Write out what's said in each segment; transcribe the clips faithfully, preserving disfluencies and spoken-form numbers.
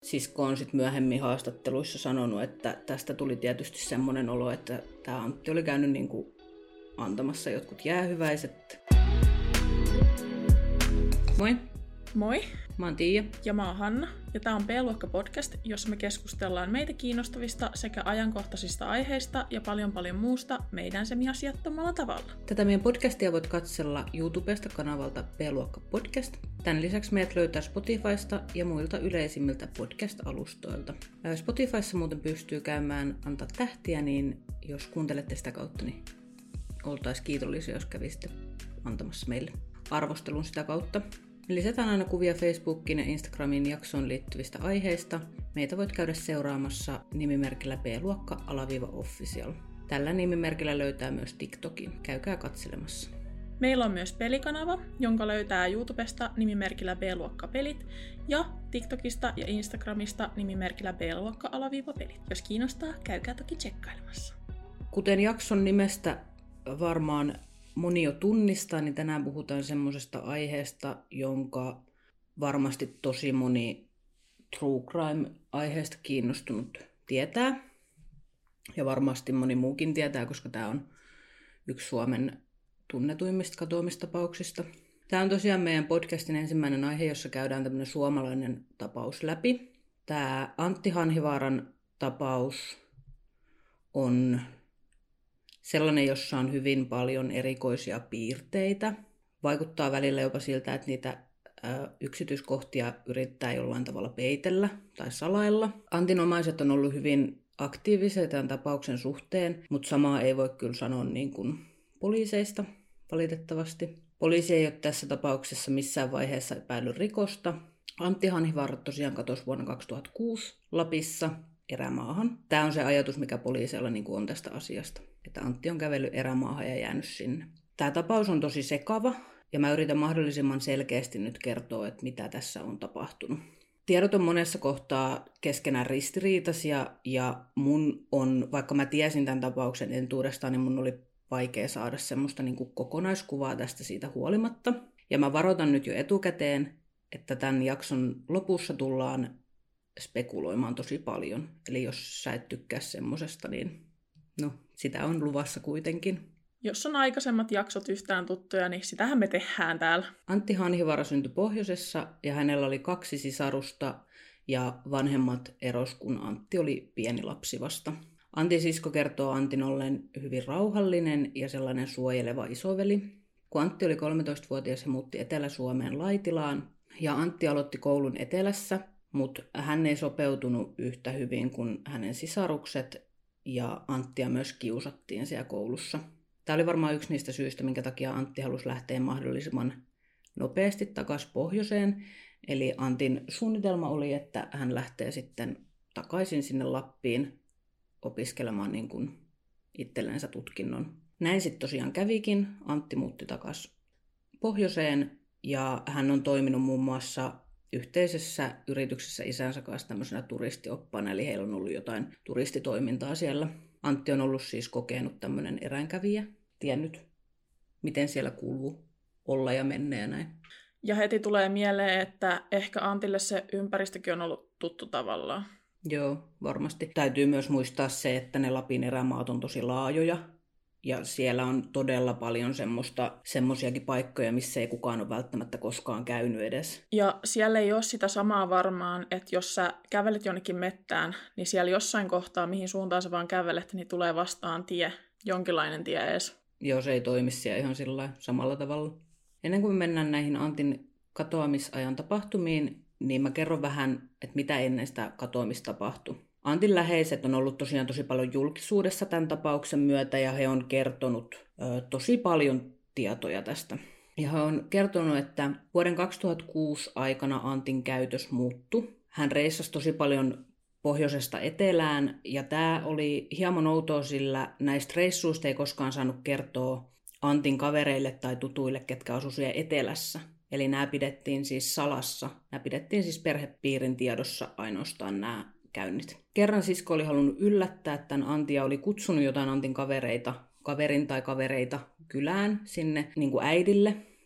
sisko on sitten myöhemmin haastatteluissa sanonut, että tästä tuli tietysti semmoinen olo, että tämä Antti oli käynyt niin kuin antamassa jotkut jäähyväiset. Moi! Moi! Mä oon Tiia. Ja mä oon Hanna. Ja tää on B-luokka-podcast, jossa me keskustellaan meitä kiinnostavista sekä ajankohtaisista aiheista ja paljon paljon muusta meidän semiasiattomalla tavalla. Tätä meidän podcastia voit katsella YouTubesta kanavalta B-luokka-podcast. Tän lisäksi meidät löytää Spotifysta ja muilta yleisimmiltä podcast-alustoilta. Spotifyssa muuten pystyy käymään antaa tähtiä, niin jos kuuntelette sitä kautta, niin oltaisiin kiitollisia, jos kävisitte antamassa meille arvostelun sitä kautta. Me lisätään aina kuvia Facebookiin ja Instagramiin jaksoon liittyvistä aiheista. Meitä voit käydä seuraamassa nimimerkillä B-luokka-official. Tällä nimimerkillä löytää myös TikTokin. Käykää katselemassa. Meillä on myös pelikanava, jonka löytää YouTubesta nimimerkillä B-luokka-pelit ja TikTokista ja Instagramista nimimerkillä B-luokka-pelit. Jos kiinnostaa, käykää toki tsekkailemassa. Kuten jakson nimestä varmaan moni jo tunnistaa, niin tänään puhutaan semmoisesta aiheesta, jonka varmasti tosi moni true crime-aiheesta kiinnostunut tietää. Ja varmasti moni muukin tietää, koska tämä on yksi Suomen tunnetuimmista katoamistapauksista. Tämä on tosiaan meidän podcastin ensimmäinen aihe, jossa käydään tämmöinen suomalainen tapaus läpi. Tämä Antti Hanhivaaran tapaus on sellainen, jossa on hyvin paljon erikoisia piirteitä. Vaikuttaa välillä jopa siltä, että niitä ä, yksityiskohtia yrittää jollain tavalla peitellä tai salailla. Antin omaiset on ollut hyvin aktiivisia tämän tapauksen suhteen, mutta samaa ei voi kyllä sanoa niin kuin poliiseista valitettavasti. Poliisi ei ole tässä tapauksessa missään vaiheessa epäillyt rikosta. Antti Hanhivaara tosiaan katosi vuonna kaksituhattakuusi Lapissa erämaahan. Tämä on se ajatus, mikä poliiseilla niin kuin on tästä asiasta, että Antti on kävellyt erämaahan ja jäänyt sinne. Tämä tapaus on tosi sekava ja mä yritän mahdollisimman selkeästi nyt kertoa, että mitä tässä on tapahtunut. Tiedot on monessa kohtaa keskenään ristiriitaisia ja mun on, vaikka mä tiesin tämän tapauksen entuudestaan, niin mun oli vaikea saada semmoista niin kuin kokonaiskuvaa tästä siitä huolimatta. Ja mä varoitan nyt jo etukäteen, että tämän jakson lopussa tullaan spekuloimaan tosi paljon. Eli jos sä et tykkää semmosesta, niin no, sitä on luvassa kuitenkin. Jos on aikaisemmat jaksot yhtään tuttuja, niin sitähän me tehdään täällä. Antti Hanhivaara syntyi pohjoisessa ja hänellä oli kaksi sisarusta ja vanhemmat eros, kun Antti oli pieni lapsi vasta. Antin sisko kertoo Antin olleen hyvin rauhallinen ja sellainen suojeleva isoveli. Kun Antti oli kolmetoistavuotias, he muutti Etelä-Suomeen Laitilaan ja Antti aloitti koulun etelässä, mutta hän ei sopeutunut yhtä hyvin kuin hänen sisarukset ja Anttia myös kiusattiin siellä koulussa. Tämä oli varmaan yksi niistä syistä, minkä takia Antti halusi lähteä mahdollisimman nopeasti takaisin pohjoiseen. Eli Antin suunnitelma oli, että hän lähtee sitten takaisin sinne Lappiin opiskelemaan niin kuin itsellensä tutkinnon. Näin sitten tosiaan kävikin. Antti muutti takaisin pohjoiseen ja hän on toiminut muun muassa yhteisessä yrityksessä isänsä kanssa tämmöisenä turistioppaana, eli heillä on ollut jotain turistitoimintaa siellä. Antti on ollut siis kokenut tämmöinen eräänkävijä, tiennyt miten siellä kuuluu olla ja mennä ja näin. Ja heti tulee mieleen, että ehkä Antille se ympäristökin on ollut tuttu tavallaan. Joo, varmasti. Täytyy myös muistaa se, että ne Lapin erämaat on tosi laajoja. Ja siellä on todella paljon semmoista, semmoisiakin paikkoja, missä ei kukaan ole välttämättä koskaan käynyt edes. Ja siellä ei ole sitä samaa varmaan, että jos sä kävelet jonnekin mettään, niin siellä jossain kohtaa, mihin suuntaan sä vaan kävelet, niin tulee vastaan tie, jonkinlainen tie edes. Joo, se ei toimi siellä ihan sillä samalla tavalla. Ennen kuin me mennään näihin Antin katoamisajan tapahtumiin, niin mä kerron vähän, että mitä ennen sitä katoamista tapahtui. Antin läheiset on ollut tosiaan tosi paljon julkisuudessa tämän tapauksen myötä ja he on kertonut ö, tosi paljon tietoja tästä. Ja he on kertonut, että vuoden kaksituhattakuusi aikana Antin käytös muuttui. Hän reissasi tosi paljon pohjoisesta etelään ja tämä oli hieman outoa, sillä näistä reissuista ei koskaan saanut kertoa Antin kavereille tai tutuille, ketkä asuivat siellä etelässä. Eli nämä pidettiin siis salassa. Nämä pidettiin siis perhepiirin tiedossa ainoastaan nämä käynnit. Kerran sisko oli halunnut yllättää tämän Antin ja oli kutsunut jotain Antin kavereita, kaverin tai kavereita kylään sinne niin kuin äidille.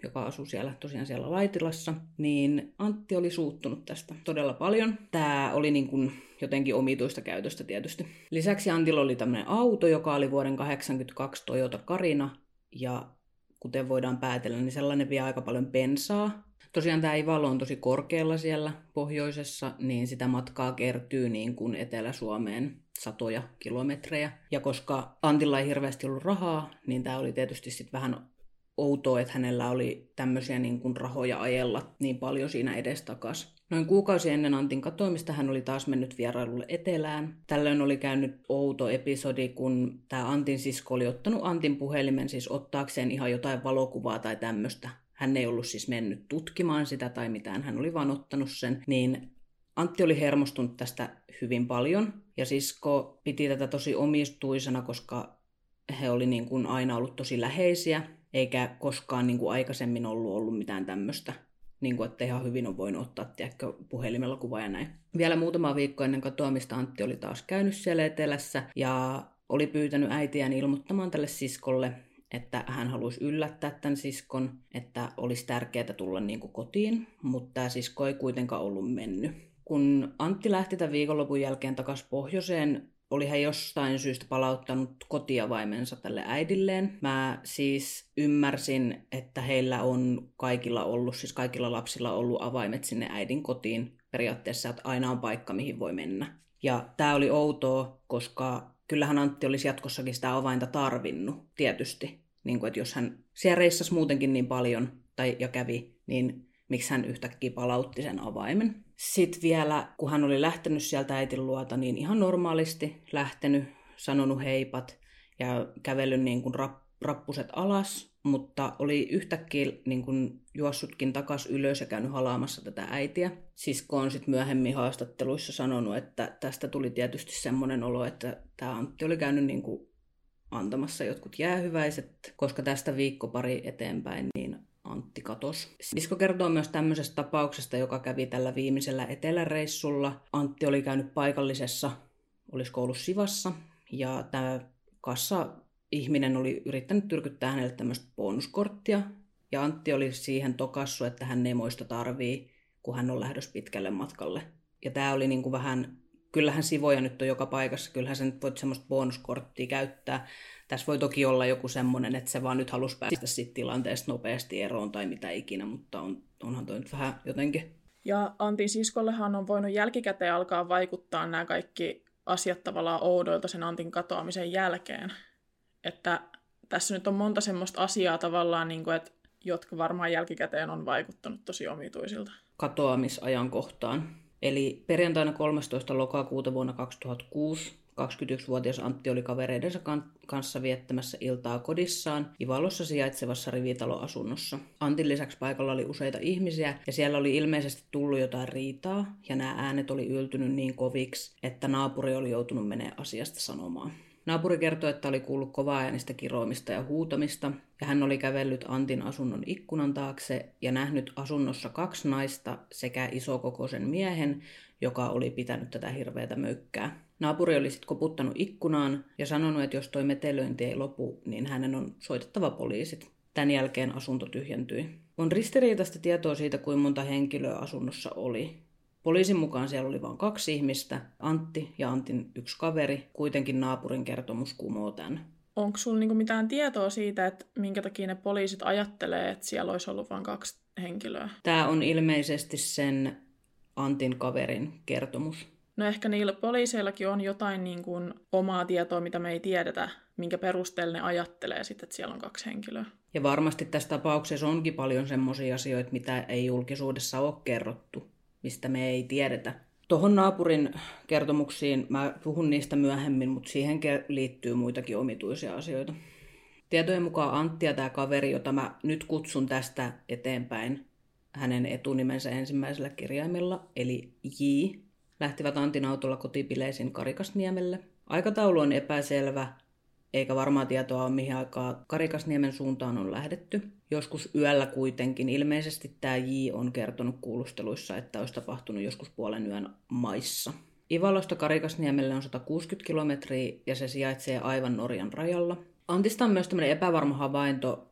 joka asui siellä tosiaan siellä Laitilassa, niin Antti oli suuttunut tästä todella paljon. Tämä oli niin kuin jotenkin omituista käytöstä tietysti. Lisäksi Antilla oli tämmöinen auto, joka oli vuoden kahdeksankymmentäkaksi Toyota Carina, ja kuten voidaan päätellä, niin sellainen vie aika paljon bensaa. Tosiaan tämä Ivalo on tosi korkealla siellä pohjoisessa, niin sitä matkaa kertyy niin kuin Etelä-Suomeen satoja kilometrejä. Ja koska Antilla ei hirveästi ollut rahaa, niin tämä oli tietysti sitten vähän outoa, että hänellä oli tämmöisiä niin kuin rahoja ajella niin paljon siinä edestakas. Noin kuukausi ennen Antin katoamista hän oli taas mennyt vierailulle etelään. Tällöin oli käynyt outo episodi, kun tämä Antin sisko oli ottanut Antin puhelimen siis ottaakseen ihan jotain valokuvaa tai tämmöistä. Hän ei ollut siis mennyt tutkimaan sitä tai mitään, hän oli vaan ottanut sen. Niin Antti oli hermostunut tästä hyvin paljon ja sisko piti tätä tosi omistuisena, koska he oli niin kuin aina ollut tosi läheisiä, eikä koskaan niin kuin aikaisemmin ollut ollut mitään tämmöistä. Niin kuin, että ihan hyvin on voinut ottaa tiedätkö, puhelimella kuvaa ja näin. Vielä muutama viikko ennen katoamista Antti oli taas käynyt siellä etelässä ja oli pyytänyt äitiään ilmoittamaan tälle siskolle, että hän haluaisi yllättää tämän siskon, että olisi tärkeää tulla niin kuin kotiin, mutta tämä sisko ei kuitenkaan ollut mennyt. Kun Antti lähti tämän viikonlopun jälkeen takaisin pohjoiseen, oli hän jostain syystä palauttanut kotiavaimensa tälle äidilleen. Mä siis ymmärsin, että heillä on kaikilla ollut, siis kaikilla lapsilla ollut avaimet sinne äidin kotiin periaatteessa, että aina on paikka, mihin voi mennä. Ja tää oli outoa, koska kyllähän Antti olisi jatkossakin sitä avainta tarvinnut, tietysti. Niin kuin, että jos hän siellä reissasi muutenkin niin paljon tai, ja kävi, niin miksi hän yhtäkkiä palautti sen avaimen. Sitten vielä, kun hän oli lähtenyt sieltä äitin luota, niin ihan normaalisti lähtenyt, sanonut heipat ja kävellyt niin kuin rap, rappuset alas, mutta oli yhtäkkiä niin kuin juossutkin takaisin ylös ja käynyt halaamassa tätä äitiä. Sisko on sitten myöhemmin haastatteluissa sanonut, että tästä tuli tietysti semmoinen olo, että tämä Antti oli käynyt niin kuin antamassa jotkut jäähyväiset, koska tästä viikko pari eteenpäin niin Antti katosi. Sisko kertoo myös tämmöisestä tapauksesta, joka kävi tällä viimeisellä eteläreissulla. Antti oli käynyt paikallisessa, olisiko ollut Sivassa, ja tämä kassa-ihminen oli yrittänyt tyrkyttää hänelle tämmöistä bonuskorttia, ja Antti oli siihen tokassu, että hän ei muista tarvii, kun hän on lähdössä pitkälle matkalle. Ja tämä oli niinku vähän, kyllähän sivoja nyt on joka paikassa, kyllähän sä nyt voit semmoista bonuskorttia käyttää. Tässä voi toki olla joku semmoinen, että se vaan nyt halusi päästä siitä tilanteesta nopeasti eroon tai mitä ikinä, mutta on, onhan toi nyt vähän jotenkin. Ja Antin siskollehan on voinut jälkikäteen alkaa vaikuttaa nämä kaikki asiat tavallaan oudoilta sen Antin katoamisen jälkeen. Että tässä nyt on monta semmoista asiaa tavallaan, niin kuin, että, jotka varmaan jälkikäteen on vaikuttanut tosi omituisilta. Katoamisajankohtaan. Eli perjantaina kolmastoista lokakuuta vuonna kaksituhattakuusi kaksikymmentäyksivuotias Antti oli kavereidensa kanssa viettämässä iltaa kodissaan Ivalossa sijaitsevassa rivitaloasunnossa. Antin lisäksi paikalla oli useita ihmisiä ja siellä oli ilmeisesti tullut jotain riitaa ja nämä äänet oli yltynyt niin koviksi, että naapuri oli joutunut menemään asiasta sanomaan. Naapuri kertoi, että oli kuullut kovaäänistä kiroamista ja huutamista ja hän oli kävellyt Antin asunnon ikkunan taakse ja nähnyt asunnossa kaksi naista sekä isokokoisen miehen, joka oli pitänyt tätä hirveätä möykkää. Naapuri oli sitten koputtanut ikkunaan ja sanonut, että jos toi metelöinti ei lopu, niin hänen on soitettava poliisit. Tämän jälkeen asunto tyhjentyi. On ristiriitaista tietoa siitä, kuinka monta henkilöä asunnossa oli. Poliisin mukaan siellä oli vain kaksi ihmistä, Antti ja Antin yksi kaveri. Kuitenkin naapurin kertomus kumoo tämän. Onko sulla niinku mitään tietoa siitä, että minkä takia ne poliisit ajattelee, että siellä olisi ollut vain kaksi henkilöä? Tämä on ilmeisesti sen Antin kaverin kertomus. No ehkä niillä poliiseillakin on jotain niin kuin omaa tietoa, mitä me ei tiedetä, minkä perusteella ne ajattelee sitten, että siellä on kaksi henkilöä. Ja varmasti tässä tapauksessa onkin paljon semmoisia asioita, mitä ei julkisuudessa ole kerrottu, mistä me ei tiedetä. Tuohon naapurin kertomuksiin mä puhun niistä myöhemmin, mutta siihen liittyy muitakin omituisia asioita. Tietojen mukaan Antti ja tämä kaveri, jota mä nyt kutsun tästä eteenpäin hänen etunimensä ensimmäisellä kirjaimella, eli J, lähtivät Antin autolla kotipileisiin Karikasniemelle. Aikataulu on epäselvä, eikä varmaa tietoa ole mihin aikaa Karikasniemen suuntaan on lähdetty. Joskus yöllä kuitenkin. Ilmeisesti tämä J on kertonut kuulusteluissa, että olisi tapahtunut joskus puolen yön maissa. Ivalosta Karikasniemelle on sata kuusikymmentä kilometriä ja se sijaitsee aivan Norjan rajalla. Antista on myös tämmöinen epävarma havainto,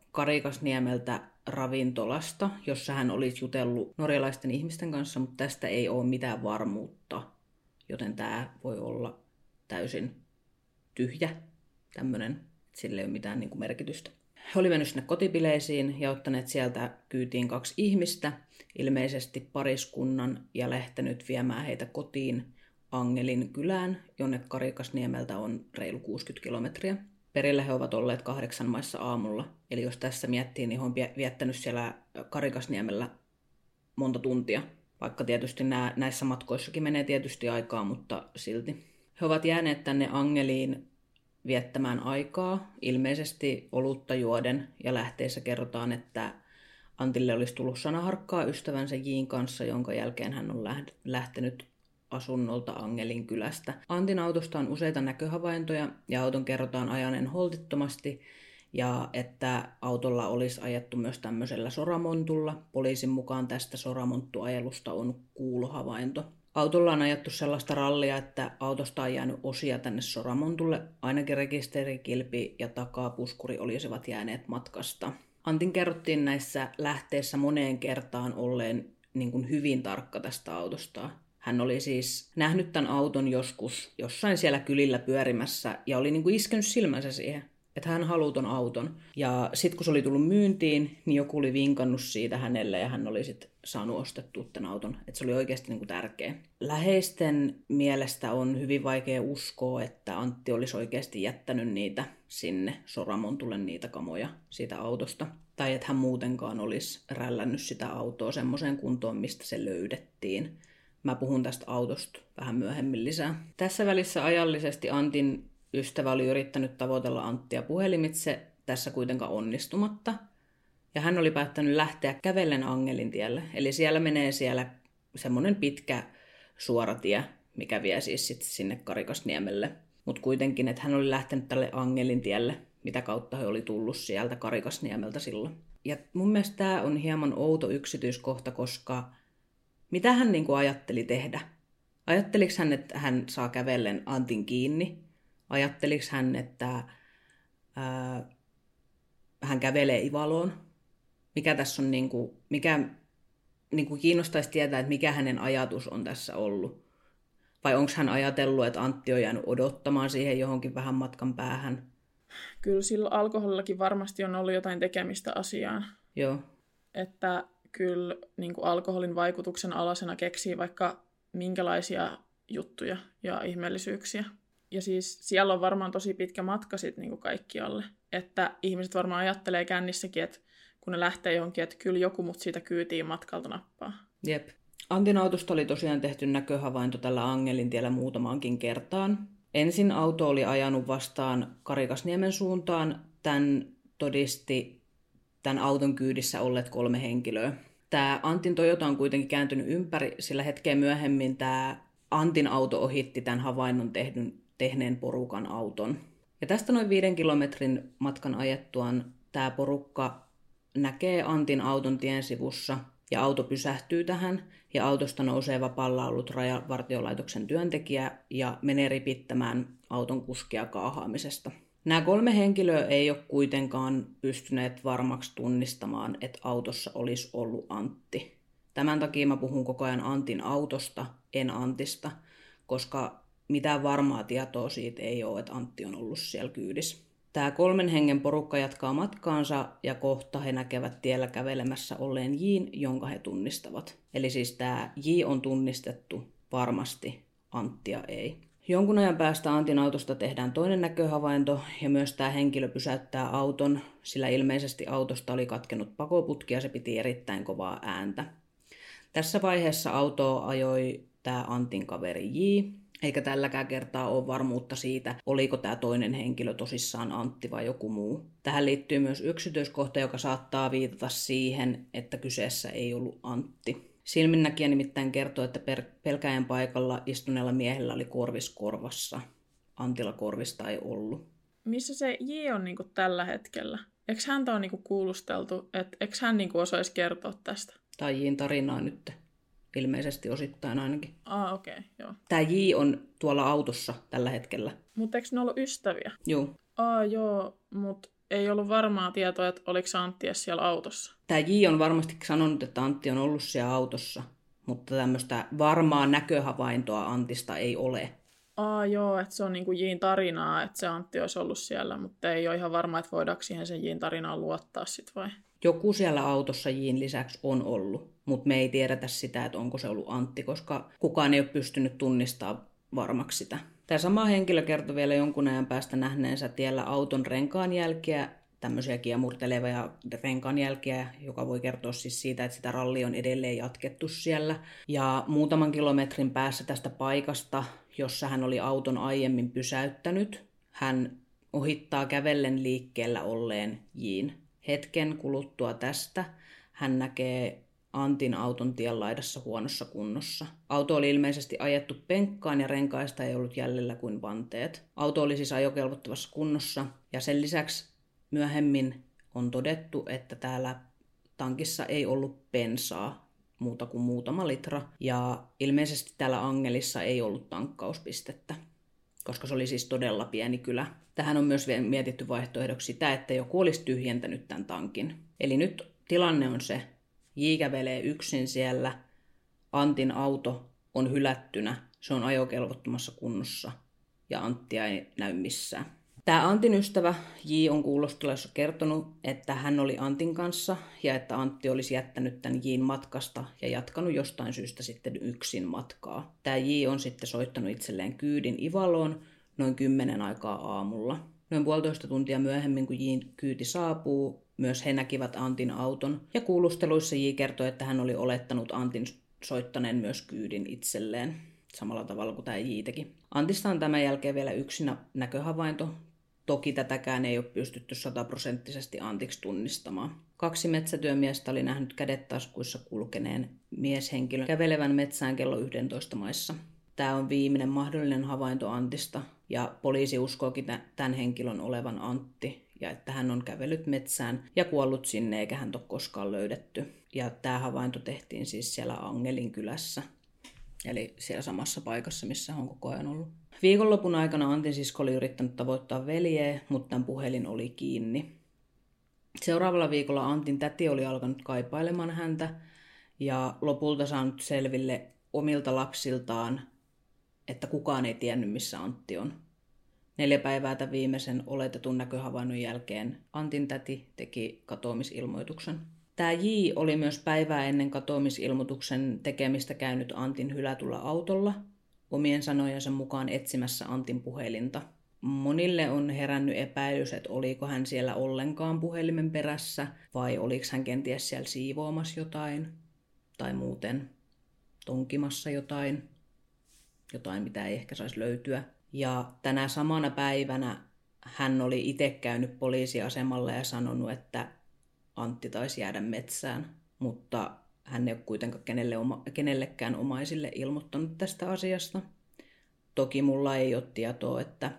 Karikasniemeltä ravintolasta, jossa hän olisi jutellut norjalaisten ihmisten kanssa, mutta tästä ei ole mitään varmuutta, joten tämä voi olla täysin tyhjä tämmöinen, sillä ei ole mitään niin kuin merkitystä. He olivat mennyt sinne kotipileisiin ja ottaneet sieltä kyytiin kaksi ihmistä, ilmeisesti pariskunnan, ja lähtenyt viemään heitä kotiin Angelin kylään, jonne Karikasniemeltä on reilu kuusikymmentä kilometriä. Perillä he ovat olleet kahdeksan maissa aamulla, eli jos tässä miettii, niin he on viettänyt siellä Karikasniemellä monta tuntia. Vaikka tietysti nää, näissä matkoissakin menee tietysti aikaa, mutta silti. He ovat jääneet tänne Angeliin viettämään aikaa, ilmeisesti olutta juoden, ja lähteessä kerrotaan, että Antille olisi tullut sanaharkkaa ystävänsä Jiin kanssa, jonka jälkeen hän on lähtenyt asunnolta Angelin kylästä. Antin autosta on useita näköhavaintoja, ja auton kerrotaan ajaneen holtittomasti, ja että autolla olisi ajettu myös tämmöisellä soramontulla. Poliisin mukaan tästä soramonttuajelusta on kuulohavainto. Autolla on ajettu sellaista rallia, että autosta on jäänyt osia tänne soramontulle. Ainakin rekisterikilpi ja takapuskuri olisivat jääneet matkasta. Antin kerrottiin näissä lähteissä moneen kertaan olleen niin kuin hyvin tarkka tästä autosta. Hän oli siis nähnyt tämän auton joskus jossain siellä kylillä pyörimässä ja oli niin kuin iskenyt silmänsä siihen, että hän haluaa ton auton. Ja sitten kun se oli tullut myyntiin, niin joku oli vinkannut siitä hänelle ja hän oli sitten saanut ostettua tämän auton. Että se oli oikeasti niin kuin tärkeä. Läheisten mielestä on hyvin vaikea uskoa, että Antti olisi oikeasti jättänyt niitä sinne soramontulle niitä kamoja siitä autosta. Tai että hän muutenkaan olisi rällännyt sitä autoa semmoiseen kuntoon, mistä se löydettiin. Mä puhun tästä autosta vähän myöhemmin lisää. Tässä välissä ajallisesti Antin ystävä oli yrittänyt tavoitella Anttia puhelimitse, tässä kuitenkaan onnistumatta. Ja hän oli päättänyt lähteä kävellen Angelin tielle. Eli siellä menee siellä semmoinen pitkä suora tie, mikä vie siis sit sinne Karikasniemelle. Mutta kuitenkin, että hän oli lähtenyt tälle Angelin tielle, mitä kautta he oli tullut sieltä Karikasniemeltä silloin. Ja mun mielestä tämä on hieman outo yksityiskohta, koska mitä hän niin kuin ajatteli tehdä? Ajatteliko hän, että hän saa kävellen Antin kiinni? Ajatteliko hän, että ää, hän kävelee Ivaloon? Mikä tässä on, niin kuin, mikä niin kuin kiinnostaisi tietää, että mikä hänen ajatus on tässä ollut? Vai onko hän ajatellut, että Antti on jäänyt odottamaan siihen johonkin vähän matkan päähän? Kyllä sillä alkoholillakin varmasti on ollut jotain tekemistä asiaan. Joo. Että kyllä niin kuin alkoholin vaikutuksen alasena keksii vaikka minkälaisia juttuja ja ihmeellisyyksiä. Ja siis siellä on varmaan tosi pitkä matka sitten niin kuin kaikkialle. Että ihmiset varmaan ajattelee kännissäkin, että kun ne lähtee johonkin, että kyllä joku mut siitä kyytiin matkalta nappaa. Jep. Antin autosta oli tosiaan tehty näköhavainto tällä Angelin tiellä muutamaankin kertaan. Ensin auto oli ajanut vastaan Karikasniemen suuntaan. Tämän todisti tämän auton kyydissä olleet kolme henkilöä. Tämä Antin Toyota on kuitenkin kääntynyt ympäri, sillä hetkeä myöhemmin tämä Antin auto ohitti tämän havainnon tehdyn, tehneen porukan auton. Ja tästä noin viiden kilometrin matkan ajettuaan tämä porukka näkee Antin auton tien sivussa ja auto pysähtyy tähän ja autosta nousee vapaalla ollut Rajavartiolaitoksen työntekijä ja menee ripittämään auton kuskia kaahaamisesta. Nämä kolme henkilöä ei ole kuitenkaan pystyneet varmaksi tunnistamaan, että autossa olisi ollut Antti. Tämän takia mä puhun koko ajan Antin autosta, en Antista, koska mitään varmaa tietoa siitä ei ole, että Antti on ollut siellä kyydissä. Tämä kolmen hengen porukka jatkaa matkaansa ja kohta he näkevät tiellä kävelemässä olleen Jiin, jonka he tunnistavat. Eli siis tämä J on tunnistettu varmasti, Anttia ei. Jonkun ajan päästä Antin autosta tehdään toinen näköhavainto ja myös tämä henkilö pysäyttää auton, sillä ilmeisesti autosta oli katkenut pakoputki ja se piti erittäin kovaa ääntä. Tässä vaiheessa autoa ajoi tämä Antin kaveri J, eikä tälläkään kertaa ole varmuutta siitä, oliko tämä toinen henkilö tosissaan Antti vai joku muu. Tähän liittyy myös yksityiskohta, joka saattaa viitata siihen, että kyseessä ei ollut Antti. Silminnäkijä nimittäin kertoo, että per- pelkäjän paikalla istuneella miehellä oli korvis korvassa. Antilla korvista ei ollut. Missä se J on niinku tällä hetkellä? Eikö häntä ole niinku kuulusteltu? Et, eikö hän niinku osaisi kertoa tästä? Tai Jin tarinaa nyt. Ilmeisesti osittain ainakin. Ah, okei, okay, joo. Tämä J on tuolla autossa tällä hetkellä. Mutta eikö ne ollut ystäviä? Joo. Ah, joo, mutta ei ollut varmaa tietoa, että oliko se Antti edes siellä autossa. Tämä J on varmasti sanonut, että Antti on ollut siellä autossa, mutta tämmöistä varmaa näköhavaintoa Antista ei ole. Aa joo, että se on niin kuin Jin tarinaa, että se Antti olisi ollut siellä, mutta ei ole ihan varma, että voidaanko siihen sen Jin tarinaan luottaa sitten vai? Joku siellä autossa Jin lisäksi on ollut, mutta me ei tiedetä sitä, että onko se ollut Antti, koska kukaan ei ole pystynyt tunnistamaan varmaksi sitä. Tämä sama henkilö kertoi vielä jonkun ajan päästä nähneensä tiellä auton renkaanjälkiä, tämmöisiä kiemurtelevia renkaanjälkiä, joka voi kertoa siis siitä, että sitä rallia on edelleen jatkettu siellä. Ja muutaman kilometrin päässä tästä paikasta, jossa hän oli auton aiemmin pysäyttänyt, hän ohittaa kävellen liikkeellä olleen Jin. Hetken kuluttua tästä hän näkee Antin auton tien laidassa huonossa kunnossa. Auto oli ilmeisesti ajettu penkkaan ja renkaista ei ollut jäljellä kuin vanteet. Auto oli siis ajokelvottavassa kunnossa ja sen lisäksi myöhemmin on todettu, että täällä tankissa ei ollut bensaa muuta kuin muutama litra ja ilmeisesti täällä Angelissa ei ollut tankkauspistettä, koska se oli siis todella pieni kylä. Tähän on myös mietitty vaihtoehdoksi sitä, että joku olisi tyhjentänyt tämän tankin. Eli nyt tilanne on se, J kävelee yksin siellä, Antin auto on hylättynä, se on ajokelvottomassa kunnossa ja Anttia ei näy missään. Tämä Antin ystävä J on kuulostelussa kertonut, että hän oli Antin kanssa ja että Antti olisi jättänyt tämän Jin matkasta ja jatkanut jostain syystä sitten yksin matkaa. Tämä J on sitten soittanut itselleen kyydin Ivaloon noin kymmenen aikaa aamulla. Noin puolitoista tuntia myöhemmin, kun Jin kyyti saapuu, myös he näkivät Antin auton ja kuulusteluissa J kertoi, että hän oli olettanut Antin soittaneen myös kyydin itselleen, samalla tavalla kuin tämä J teki. Antista on tämän jälkeen vielä yksi näköhavainto. Toki tätäkään ei ole pystytty sataprosenttisesti Antiksi tunnistamaan. Kaksi metsätyömiestä oli nähnyt kädet taskuissa kulkeneen mieshenkilön kävelevän metsään kello yksitoista maissa. Tämä on viimeinen mahdollinen havainto Antista ja poliisi uskookin tämän henkilön olevan Antti ja että hän on kävellyt metsään ja kuollut sinne eikä hän ole koskaan löydetty. Ja tämä havainto tehtiin siis siellä Angelin kylässä, eli siellä samassa paikassa, missä hän on koko ajan ollut. Viikonlopun aikana Antin sisko oli yrittänyt tavoittaa veljeä, mutta tämän puhelin oli kiinni. Seuraavalla viikolla Antin täti oli alkanut kaipailemaan häntä ja lopulta saanut selville omilta lapsiltaan, että kukaan ei tiennyt, missä Antti on. Neljä päivää tämän viimeisen oletetun näköhavainnon jälkeen Antin täti teki katoamisilmoituksen. Tämä J oli myös päivää ennen katoamisilmoituksen tekemistä käynyt Antin hylätulla autolla, omien sanojensa mukaan etsimässä Antin puhelinta. Monille on herännyt epäilys, että oliko hän siellä ollenkaan puhelimen perässä vai oliko hän kenties siellä siivoamassa jotain tai muuten tonkimassa jotain, jotain mitä ei ehkä saisi löytyä. Ja tänä samana päivänä hän oli itse käynyt poliisiasemalla ja sanonut, että Antti taisi jäädä metsään, mutta hän ei ole kuitenkaan kenelle oma, kenellekään omaisille ilmoittanut tästä asiasta. Toki mulla ei ole tietoa, että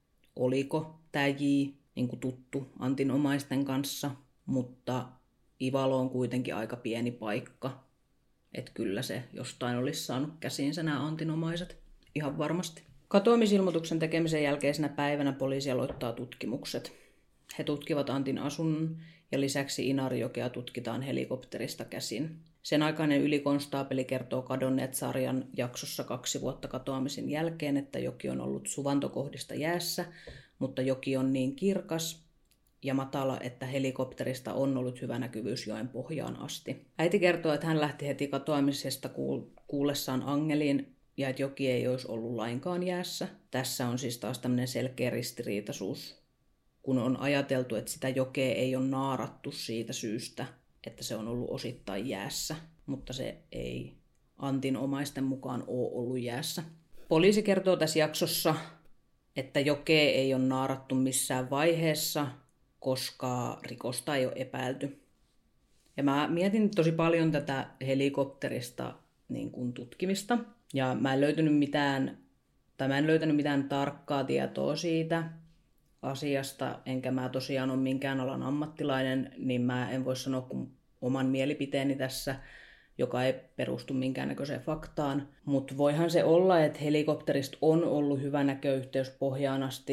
oliko tämä J niin kuin tuttu Antin omaisten kanssa, mutta Ivalo on kuitenkin aika pieni paikka. Että kyllä se jostain olisi saanut käsiinsä nämä Antin omaiset, ihan varmasti. Katoamisilmoituksen tekemisen jälkeisenä päivänä poliisi aloittaa tutkimukset. He tutkivat Antin asunnon ja lisäksi Inarijokea tutkitaan helikopterista käsin. Sen aikainen ylikonstaapeli kertoo Kadonneet sarjan jaksossa kaksi vuotta katoamisen jälkeen, että joki on ollut suvantokohdista jäässä, mutta joki on niin kirkas ja matala, että helikopterista on ollut hyvä näkyvyys joen pohjaan asti. Äiti kertoo, että hän lähti heti katoamisesta kuullessaan Angeliin ja että joki ei olisi ollut lainkaan jäässä. Tässä on siis taas tämmöinen selkeä ristiriitaisuus, kun on ajateltu, että sitä jokea ei ole naarattu siitä syystä, että se on ollut osittain jäässä, mutta se ei Antin omaisten mukaan ole ollut jäässä. Poliisi kertoo tässä jaksossa, että jokea ei ole naarattu missään vaiheessa, koska rikosta ei ole epäilty. Ja mä mietin tosi paljon tätä helikopterista niin kuin tutkimista, ja mä en löytänyt mitään, tai mä en löytänyt mitään tarkkaa tietoa siitä asiasta, enkä mä tosiaan ole minkään alan ammattilainen, niin mä en voi sanoa kuin oman mielipiteeni tässä, joka ei perustu minkäännäköiseen faktaan. Mutta voihan se olla, että helikopterista on ollut hyvä näköyhteys pohjaan asti,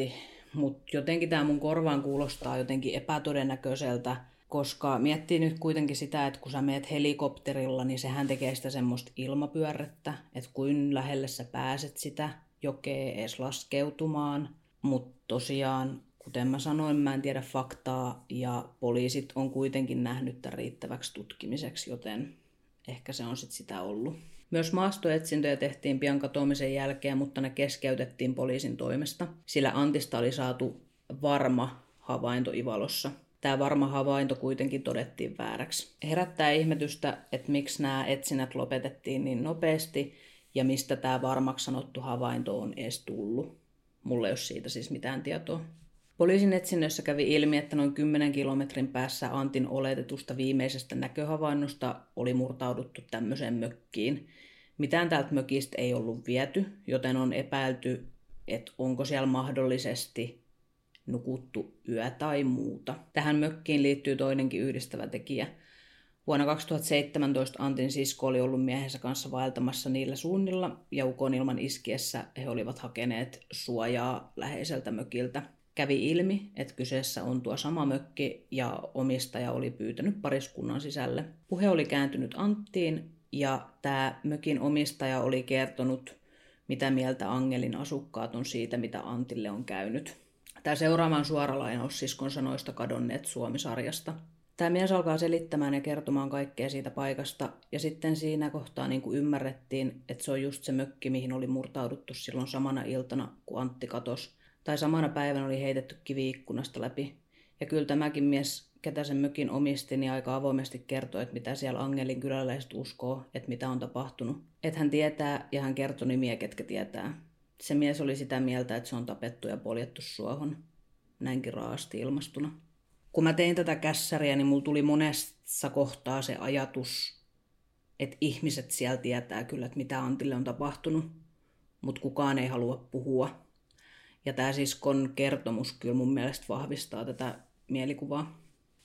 Mutta jotenkin tämä mun korvaan kuulostaa jotenkin epätodennäköiseltä, koska miettii nyt kuitenkin sitä, että kun sä meet helikopterilla, niin sehän tekee sitä semmoista ilmapyörrettä, että kuin lähelle sä pääset sitä jokea edes laskeutumaan. Mutta tosiaan, kuten mä sanoin, mä en tiedä faktaa ja poliisit on kuitenkin nähnyt tämän riittäväksi tutkimiseksi, joten ehkä se on sit sitä ollut. Myös maastoetsintöjä tehtiin pian katoamisen jälkeen, mutta ne keskeytettiin poliisin toimesta, sillä Antista oli saatu varma havainto Ivalossa. Tämä varma havainto kuitenkin todettiin vääräksi. Herättää ihmetystä, että miksi nämä etsinnät lopetettiin niin nopeasti ja mistä tämä varmaksi sanottu havainto on edes tullut. Mulla ei ole siitä siis mitään tietoa. Poliisin etsinnöissä kävi ilmi, että noin kymmenen kilometrin päässä Antin oletetusta viimeisestä näköhavainnosta oli murtauduttu tämmöiseen mökkiin. Mitään täältä mökistä ei ollut viety, joten on epäilty, että onko siellä mahdollisesti nukuttu yö tai muuta. Tähän mökkiin liittyy toinenkin yhdistävä tekijä. Vuonna kaksituhattaseitsemäntoista Antin sisko oli ollut miehensä kanssa vaeltamassa niillä suunnilla ja ukonilman iskiessä he olivat hakeneet suojaa läheiseltä mökiltä. Kävi ilmi, että kyseessä on tuo sama mökki ja omistaja oli pyytänyt pariskunnan sisälle. Puhe oli kääntynyt Anttiin ja tämä mökin omistaja oli kertonut, mitä mieltä Angelin asukkaat on siitä, mitä Antille on käynyt. Tämä seuraava on suora lainaus siskon sanoista Kadonneet Suomi-sarjasta. Tämä mies alkaa selittämään ja kertomaan kaikkea siitä paikasta, ja sitten siinä kohtaa niin kuin ymmärrettiin, että se on just se mökki, mihin oli murtauduttu silloin samana iltana, kun Antti katosi. Tai samana päivänä oli heitetty kivi ikkunasta läpi. Ja kyllä tämäkin mies, ketä sen mökin omisti, niin aika avoimesti kertoi, että mitä siellä Angelin kyläläiset uskoo, että mitä on tapahtunut. Että hän tietää ja hän kertoi nimiä, ketkä tietää. Se mies oli sitä mieltä, että se on tapettu ja poljettu suohon. Näinkin raasti ilmastuna. Kun mä tein tätä kässäriä, niin mulla tuli monessa kohtaa se ajatus, että ihmiset siellä tietää kyllä, että mitä Antille on tapahtunut, mutta kukaan ei halua puhua. Ja tämä siskon kertomus kyllä mun mielestä vahvistaa tätä mielikuvaa.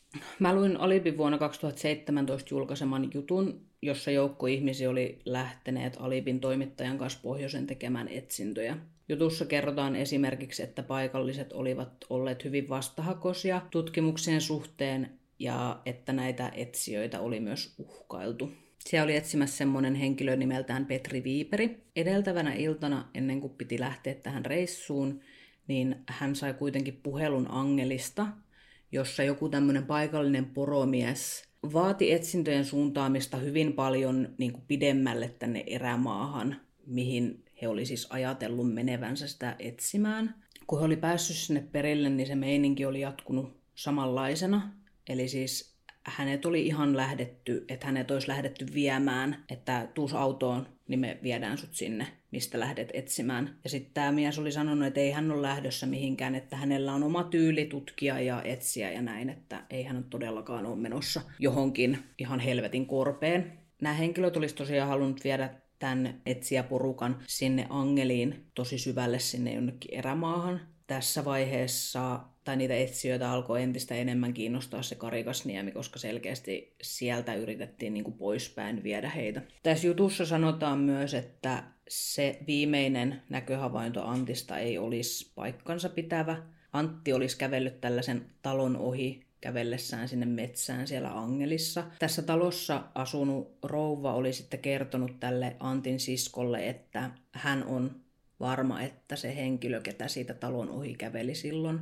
Mä luin Alibin vuonna kaksituhattaseitsemäntoista julkaiseman jutun, jossa joukko ihmisiä oli lähteneet Alibin toimittajan kanssa pohjoisen tekemään etsintöjä. Jutussa kerrotaan esimerkiksi, että paikalliset olivat olleet hyvin vastahakoisia tutkimuksien suhteen ja että näitä etsijöitä oli myös uhkailtu. Siellä oli etsimässä semmoinen henkilö nimeltään Petri Viiperi. Edeltävänä iltana, ennen kuin piti lähteä tähän reissuun, niin hän sai kuitenkin puhelun Angelista, jossa joku tämmöinen paikallinen poromies vaati etsintöjen suuntaamista hyvin paljon niin kuin pidemmälle tänne erämaahan, mihin he oli siis ajatellut menevänsä sitä etsimään. Kun he oli päässyt sinne perille, niin se meininki oli jatkunut samanlaisena. Eli siis hänet oli ihan lähdetty, että hänet olisi lähdetty viemään, että tuus autoon, niin me viedään sut sinne, mistä lähdet etsimään. Ja sitten tämä mies oli sanonut, että ei hän ole lähdössä mihinkään, että hänellä on oma tyyli tutkia ja etsiä ja näin, että ei hän todellakaan ole menossa johonkin ihan helvetin korpeen. Nämä henkilöt olisi tosiaan halunnut viedä tämän etsijäporukan sinne Angeliin tosi syvälle sinne jonnekin erämaahan. Tässä vaiheessa, tai niitä etsijöitä alkoi entistä enemmän kiinnostaa se Karikasniemi, koska selkeästi sieltä yritettiin niin kuin poispäin viedä heitä. Tässä jutussa sanotaan myös, että se viimeinen näköhavainto Antista ei olisi paikkansa pitävä. Antti olisi kävellyt tällaisen talon ohi kävellessään sinne metsään siellä Angelissa. Tässä talossa asunut rouva oli sitten kertonut tälle Antin siskolle, että hän on varma, että se henkilö, ketä siitä talon ohi käveli silloin,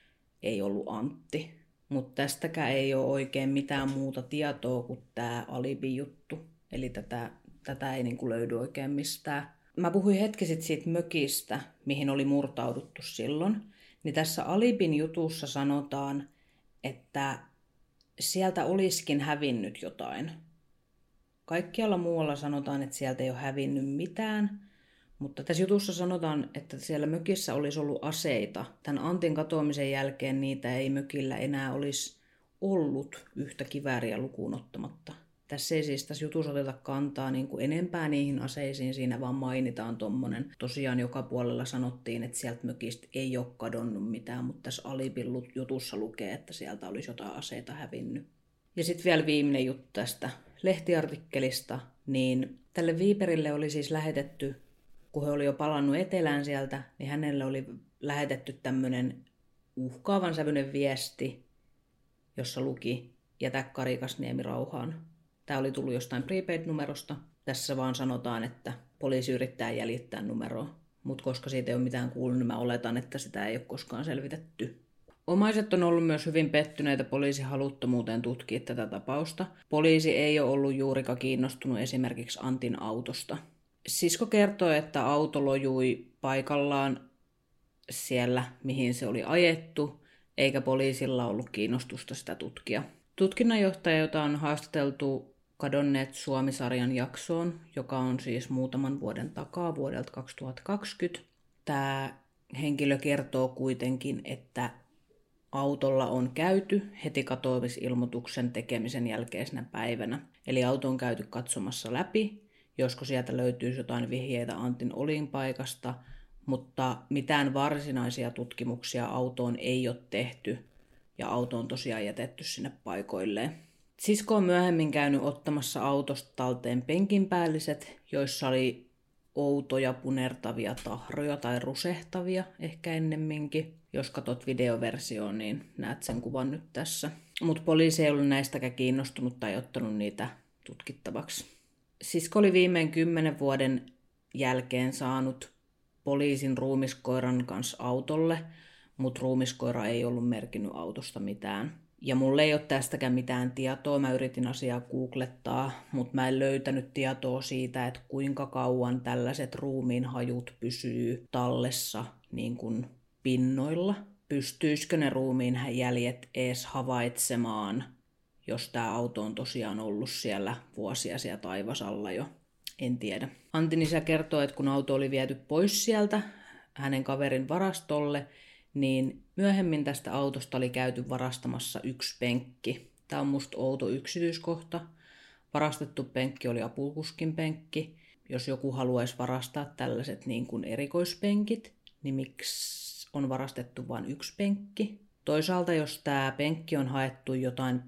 ei ollut Antti. Mutta tästäkään ei ole oikein mitään muuta tietoa kuin tämä alibi-juttu. Eli tätä, tätä ei niinku löydy oikein mistään. Mä puhuin hetki sitten siitä mökistä, mihin oli murtauduttu silloin. Niin tässä Alibin jutussa sanotaan, että sieltä olisikin hävinnyt jotain. Kaikkialla muualla sanotaan, että sieltä ei ole hävinnyt mitään. Mutta tässä jutussa sanotaan, että siellä mökissä olisi ollut aseita. Tämän Antin katoamisen jälkeen niitä ei mökillä enää olisi ollut yhtä kivääriä lukuun ottamatta. Tässä ei siis tässä jutussa oteta kantaa niin kuin enempää niihin aseisiin, siinä vaan mainitaan tommonen. Tosiaan joka puolella sanottiin, että sieltä mökistä ei ole kadonnut mitään, mutta tässä Alibin jutussa lukee, että sieltä olisi jotain aseita hävinnyt. Ja sitten vielä viimeinen juttu tästä lehtiartikkelista, niin tälle Viiperille oli siis lähetetty, kun he oli jo palannut etelään sieltä, niin hänelle oli lähetetty tämmöinen uhkaavan sävyinen viesti, jossa luki jätä Karikasniemi rauhaan. Tämä oli tullut jostain prepaid-numerosta. Tässä vaan sanotaan, että poliisi yrittää jäljittää numeroa. Mutta koska siitä ei ole mitään kuullut, niin mä oletan, että sitä ei ole koskaan selvitetty. Omaiset on ollut myös hyvin pettyneitä poliisin haluttomuuteen tutkia tätä tapausta. Poliisi ei ole ollut juurikaan kiinnostunut esimerkiksi Antin autosta. Sisko kertoi, että auto lojui paikallaan siellä, mihin se oli ajettu, eikä poliisilla ollut kiinnostusta sitä tutkia. Tutkinnanjohtaja, jota on haastateltu Kadonneet Suomi-sarjan jaksoon, joka on siis muutaman vuoden takaa vuodelta kaksituhattakaksikymmentä. Tämä henkilö kertoo kuitenkin, että autolla on käyty heti katoamisilmoituksen tekemisen jälkeisenä päivänä. Eli auto on käyty katsomassa läpi, josko sieltä löytyisi jotain vihjeitä Antin olinpaikasta, mutta mitään varsinaisia tutkimuksia autoon ei ole tehty ja auto on tosiaan jätetty sinne paikoilleen. Sisko on myöhemmin käynyt ottamassa autosta talteen penkinpäälliset, joissa oli outoja punertavia tahroja tai rusehtavia ehkä ennemminkin. Jos katsot videoversioon, niin näet sen kuvan nyt tässä. Mutta poliisi ei ollut näistäkään kiinnostunut tai ottanut niitä tutkittavaksi. Sisko oli viimein kymmenen vuoden jälkeen saanut poliisin ruumiskoiran kanssa autolle, mutta ruumiskoira ei ollut merkinnyt autosta mitään. Ja mulla ei ole tästäkään mitään tietoa, mä yritin asiaa googlettaa, mutta mä en löytänyt tietoa siitä, että kuinka kauan tällaiset ruumiin hajut pysyy tallessa niin kuin pinnoilla. Pystyisikö ne ruumiin jäljet edes havaitsemaan, jos tämä auto on tosiaan ollut siellä vuosia siellä taivasalla jo. En tiedä. Antin isä kertoo, että kun auto oli viety pois sieltä hänen kaverin varastolle, niin myöhemmin tästä autosta oli käyty varastamassa yksi penkki. Tämä on musta outo yksityiskohta. Varastettu penkki oli apukuskin penkki. Jos joku haluaisi varastaa tällaiset niin kuin erikoispenkit, niin miksi on varastettu vain yksi penkki? Toisaalta jos tämä penkki on haettu jotain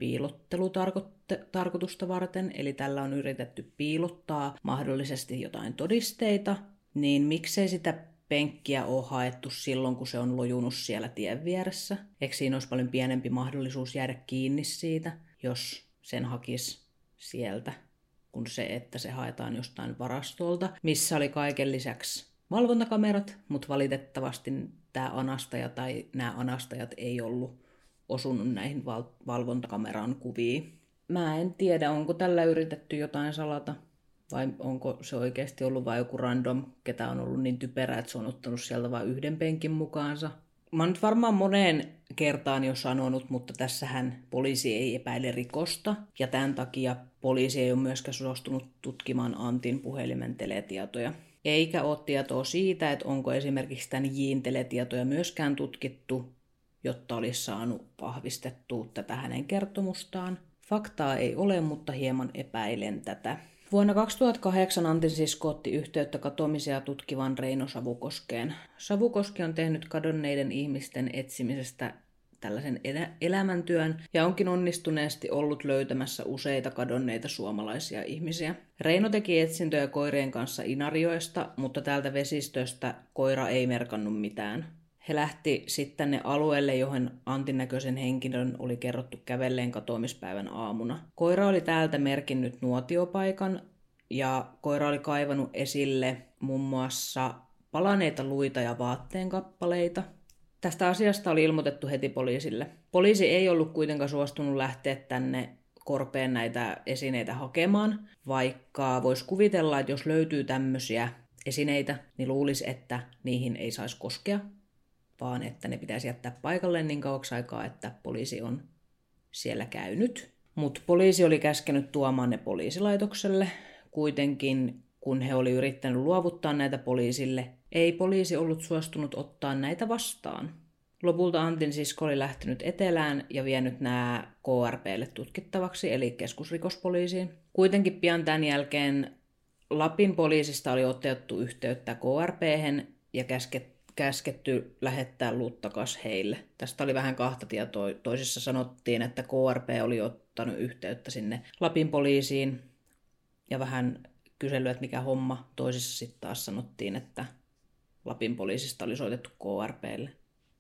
piilottelutarkoitusta varten, eli tällä on yritetty piilottaa mahdollisesti jotain todisteita, niin miksei sitä penkkiä ole haettu silloin, kun se on lojunut siellä tien vieressä? Eikö siinä olisi paljon pienempi mahdollisuus jäädä kiinni siitä, jos sen hakisi sieltä, kun se, että se haetaan jostain varastolta, missä oli kaiken lisäksi valvontakamerat, mutta valitettavasti tämä anastaja tai nämä anastajat ei ollut osunut näihin val- valvontakameran kuviin. Mä en tiedä, onko tällä yritetty jotain salata vai onko se oikeasti ollut vain joku random, ketä on ollut niin typerä, että se on ottanut sieltä vain yhden penkin mukaansa. Mä oon nyt varmaan moneen kertaan jo sanonut, mutta tässähän poliisi ei epäile rikosta ja tämän takia poliisi ei ole myöskään suostunut tutkimaan Antin puhelimen teletietoja. Eikä ole tietoa siitä, että onko esimerkiksi tämän Jin teletietoja myöskään tutkittu, jotta olisi saanut vahvistettua tätä hänen kertomustaan. Faktaa ei ole, mutta hieman epäilen tätä. Vuonna kaksituhattakahdeksan Antin sisko otti yhteyttä katoamisia tutkivan Reino Savukoskeen. Savukoski on tehnyt kadonneiden ihmisten etsimisestä tällaisen elämäntyön ja onkin onnistuneesti ollut löytämässä useita kadonneita suomalaisia ihmisiä. Reino teki etsintöjä koirien kanssa Inarjoesta, mutta täältä vesistöstä koira ei merkannut mitään. He lähti sitten tänne alueelle, johon Antin näköisen henkilön oli kerrottu kävelleen katoamispäivän aamuna. Koira oli täältä merkinnyt nuotiopaikan ja koira oli kaivannut esille muun muassa palaneita luita ja vaatteenkappaleita. Tästä asiasta oli ilmoitettu heti poliisille. Poliisi ei ollut kuitenkaan suostunut lähteä tänne korpeen näitä esineitä hakemaan, vaikka voisi kuvitella, että jos löytyy tämmöisiä esineitä, niin luulisi, että niihin ei saisi koskea, vaan että ne pitäisi jättää paikalle niin kauaksi aikaa, että poliisi on siellä käynyt. Mutta poliisi oli käskenyt tuomaan ne poliisilaitokselle. Kuitenkin, kun he oli yrittänyt luovuttaa näitä poliisille, ei poliisi ollut suostunut ottaa näitä vastaan. Lopulta Antin sisko oli lähtenyt etelään ja vienyt nämä K R P:lle tutkittavaksi, eli keskusrikospoliisiin. Kuitenkin pian tämän jälkeen Lapin poliisista oli otettu yhteyttä K R P:hen ja käsketty käsketty lähettää luuttakas heille. Tästä oli vähän kahta tietoa. Toisessa sanottiin, että K R P oli ottanut yhteyttä sinne Lapin poliisiin ja vähän kysely, että mikä homma. Toisessa sitten taas sanottiin, että Lapin poliisista oli soitettu K R P:lle.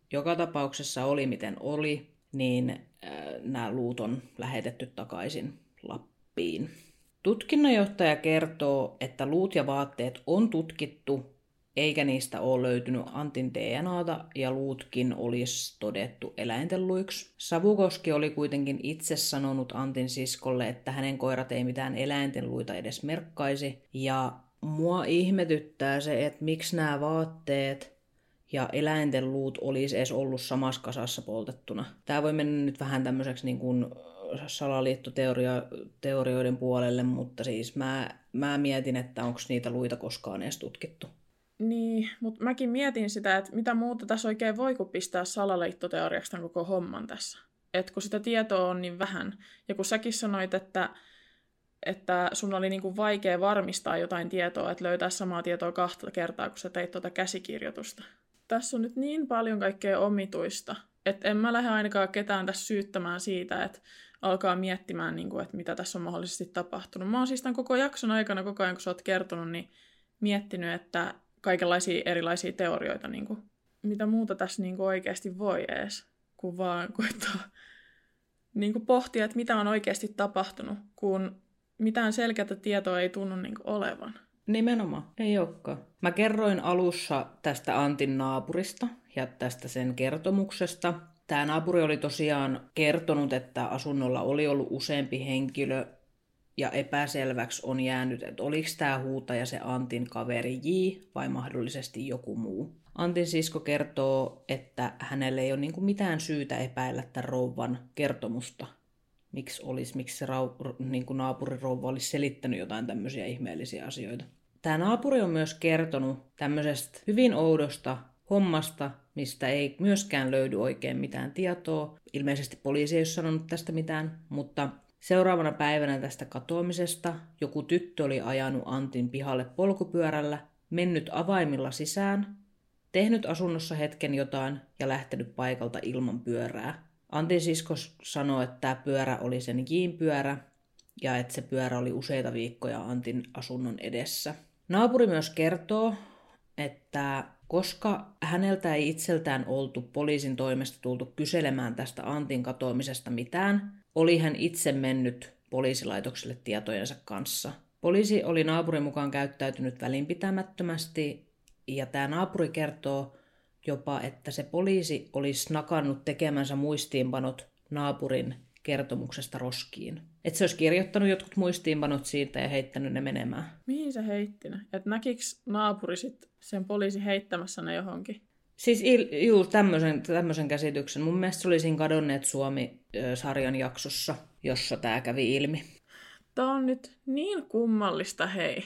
joka tapauksessa oli miten oli, niin äh, nämä luut on lähetetty takaisin Lappiin. Tutkinnanjohtaja kertoo, että luut ja vaatteet on tutkittu, eikä niistä ole löytynyt Antin D N A:ta ja luutkin olisi todettu eläinten luiksi. Savukoski oli kuitenkin itse sanonut Antin siskolle, että hänen koirat ei mitään eläinten luita edes merkkaisi. Ja mua ihmetyttää se, että miksi nämä vaatteet ja eläinten luut olisi edes ollut samassa kasassa poltettuna. Tämä voi mennä nyt vähän tämmöiseksi niin kuin salaliittoteorioiden puolelle, mutta siis mä, mä mietin, että onko niitä luita koskaan edes tutkittu. Niin, mutta mäkin mietin sitä, että mitä muuta tässä oikein voi kuin pistää salaliittoteoriaksi tämän koko homman tässä. Että kun sitä tietoa on niin vähän, ja kun säkin sanoit, että, että sun oli niin kuin vaikea varmistaa jotain tietoa, että löytää samaa tietoa kahta kertaa, kun sä teit tuota käsikirjoitusta. Tässä on nyt niin paljon kaikkea omituista, että en mä lähde ainakaan ketään tässä syyttämään siitä, että alkaa miettimään, niin kuin, että mitä tässä on mahdollisesti tapahtunut. Mä oon siis tämän koko jakson aikana, koko ajan kun sä oot kertonut, niin miettinyt, että kaikenlaisia erilaisia teorioita, niin kuin, mitä muuta tässä niin kuin oikeasti voi edes, kun vaan koittaa niin kuin pohtia, että mitä on oikeasti tapahtunut, kun mitään selkeää tietoa ei tunnu niin kuin olevan. Nimenomaan, ei olekaan. Mä kerroin alussa tästä Antin naapurista ja tästä sen kertomuksesta. Tämä naapuri oli tosiaan kertonut, että asunnolla oli ollut useampi henkilö, ja epäselväksi on jäänyt, että oliko tämä huutaja se Antin kaveri J vai mahdollisesti joku muu. Antin sisko kertoo, että hänelle ei ole niinku mitään syytä epäillä tämän rouvan kertomusta. Miksi olisi, miksi se rau, niinku naapurirouva olisi selittänyt jotain tämmöisiä ihmeellisiä asioita. Tämä naapuri on myös kertonut tämmöisestä hyvin oudosta hommasta, mistä ei myöskään löydy oikein mitään tietoa. Ilmeisesti poliisi ei ole sanonut tästä mitään, mutta seuraavana päivänä tästä katoamisesta joku tyttö oli ajanut Antin pihalle polkupyörällä, mennyt avaimilla sisään, tehnyt asunnossa hetken jotain ja lähtenyt paikalta ilman pyörää. Antin sisko sanoi, että tämä pyörä oli sen Jin pyörä ja että se pyörä oli useita viikkoja Antin asunnon edessä. Naapuri myös kertoo, että koska häneltä ei itseltään oltu poliisin toimesta tultu kyselemään tästä Antin katoamisesta mitään, oli hän itse mennyt poliisilaitokselle tietojensa kanssa. Poliisi oli naapurin mukaan käyttäytynyt välinpitämättömästi ja tämä naapuri kertoo jopa, että se poliisi olisi nakannut tekemänsä muistiinpanot naapurin kertomuksesta roskiin. Että se olisi kirjoittanut jotkut muistiinpanot siitä ja heittänyt ne menemään. Mihin se heitti ne? Että näkikö naapuri sit sen poliisi heittämässä ne johonkin? Siis il, juu, tämmöisen, tämmöisen käsityksen. Mun mielestä se oli siinä Kadonneet Suomi-sarjan jaksossa, jossa tämä kävi ilmi. Tämä on nyt niin kummallista, hei,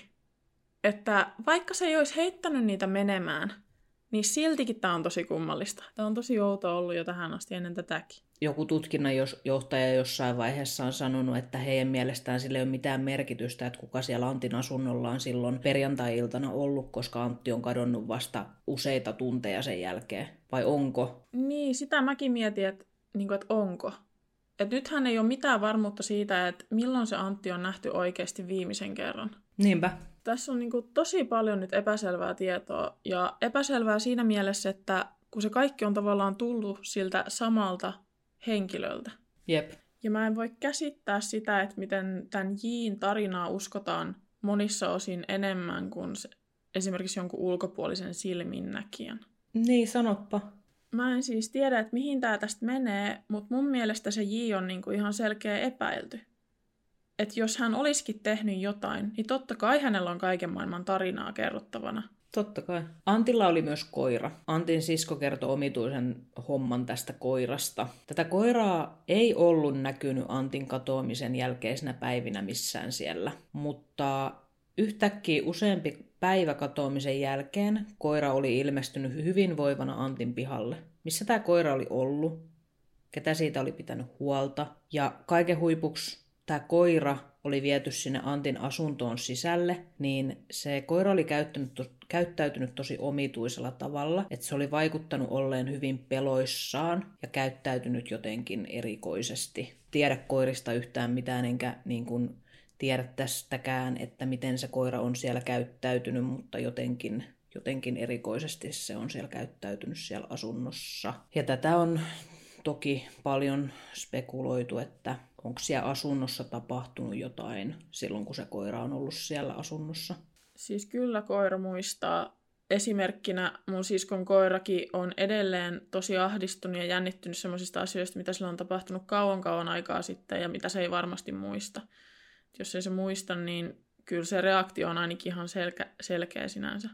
että vaikka se ei olisi heittänyt niitä menemään, niin siltikin tämä on tosi kummallista. Tämä on tosi outoa ollut jo tähän asti ennen tätäkin. Joku tutkinnanjohtaja jossain vaiheessa on sanonut, että heidän mielestään sillä ei ole mitään merkitystä, että kuka siellä Antin asunnolla on silloin perjantai-iltana ollut, koska Antti on kadonnut vasta useita tunteja sen jälkeen. Vai onko? Niin, sitä mäkin mietin, että, niin kuin, että onko. Että nythän ei ole mitään varmuutta siitä, että milloin se Antti on nähty oikeasti viimeisen kerran. Niinpä. Tässä on niin kuin tosi paljon nyt epäselvää tietoa, ja epäselvää siinä mielessä, että kun se kaikki on tavallaan tullut siltä samalta henkilöltä. Jep. Ja mä en voi käsittää sitä, että miten tämän Jin tarinaa uskotaan monissa osin enemmän kuin se, esimerkiksi jonkun ulkopuolisen silminnäkijän. Niin, sanoppa. Mä en siis tiedä, että mihin tää tästä menee, mutta mun mielestä se J on niinku ihan selkeä epäilty. Että jos hän olisikin tehnyt jotain, niin totta kai hänellä on kaiken maailman tarinaa kerrottavana. Totta kai. Antilla oli myös koira. Antin sisko kertoi omituisen homman tästä koirasta. Tätä koiraa ei ollut näkynyt Antin katoamisen jälkeisenä päivinä missään siellä, mutta yhtäkkiä useampi päivä katoamisen jälkeen koira oli ilmestynyt hyvinvoivana Antin pihalle. Missä tämä koira oli ollut? Ketä siitä oli pitänyt huolta? Ja kaiken huipuksi tämä koira oli viety sinne Antin asuntoon sisälle, niin se koira oli käyttänyt, to, käyttäytynyt tosi omituisella tavalla, että se oli vaikuttanut olleen hyvin peloissaan ja käyttäytynyt jotenkin erikoisesti. Tiedä koirista yhtään mitään, enkä niin kuin tiedä tästäkään, että miten se koira on siellä käyttäytynyt, mutta jotenkin, jotenkin erikoisesti se on siellä käyttäytynyt siellä asunnossa. Ja tätä on toki paljon spekuloitu, että onko siellä asunnossa tapahtunut jotain silloin, kun se koira on ollut siellä asunnossa. Siis kyllä koira muistaa. Esimerkkinä mun siskon koirakin on edelleen tosi ahdistunut ja jännittynyt semmoisista asioista, mitä sillä on tapahtunut kauan kauan aikaa sitten ja mitä se ei varmasti muista. Jos ei se muista, niin kyllä se reaktio on ainakin ihan selkä, selkeä sinänsä.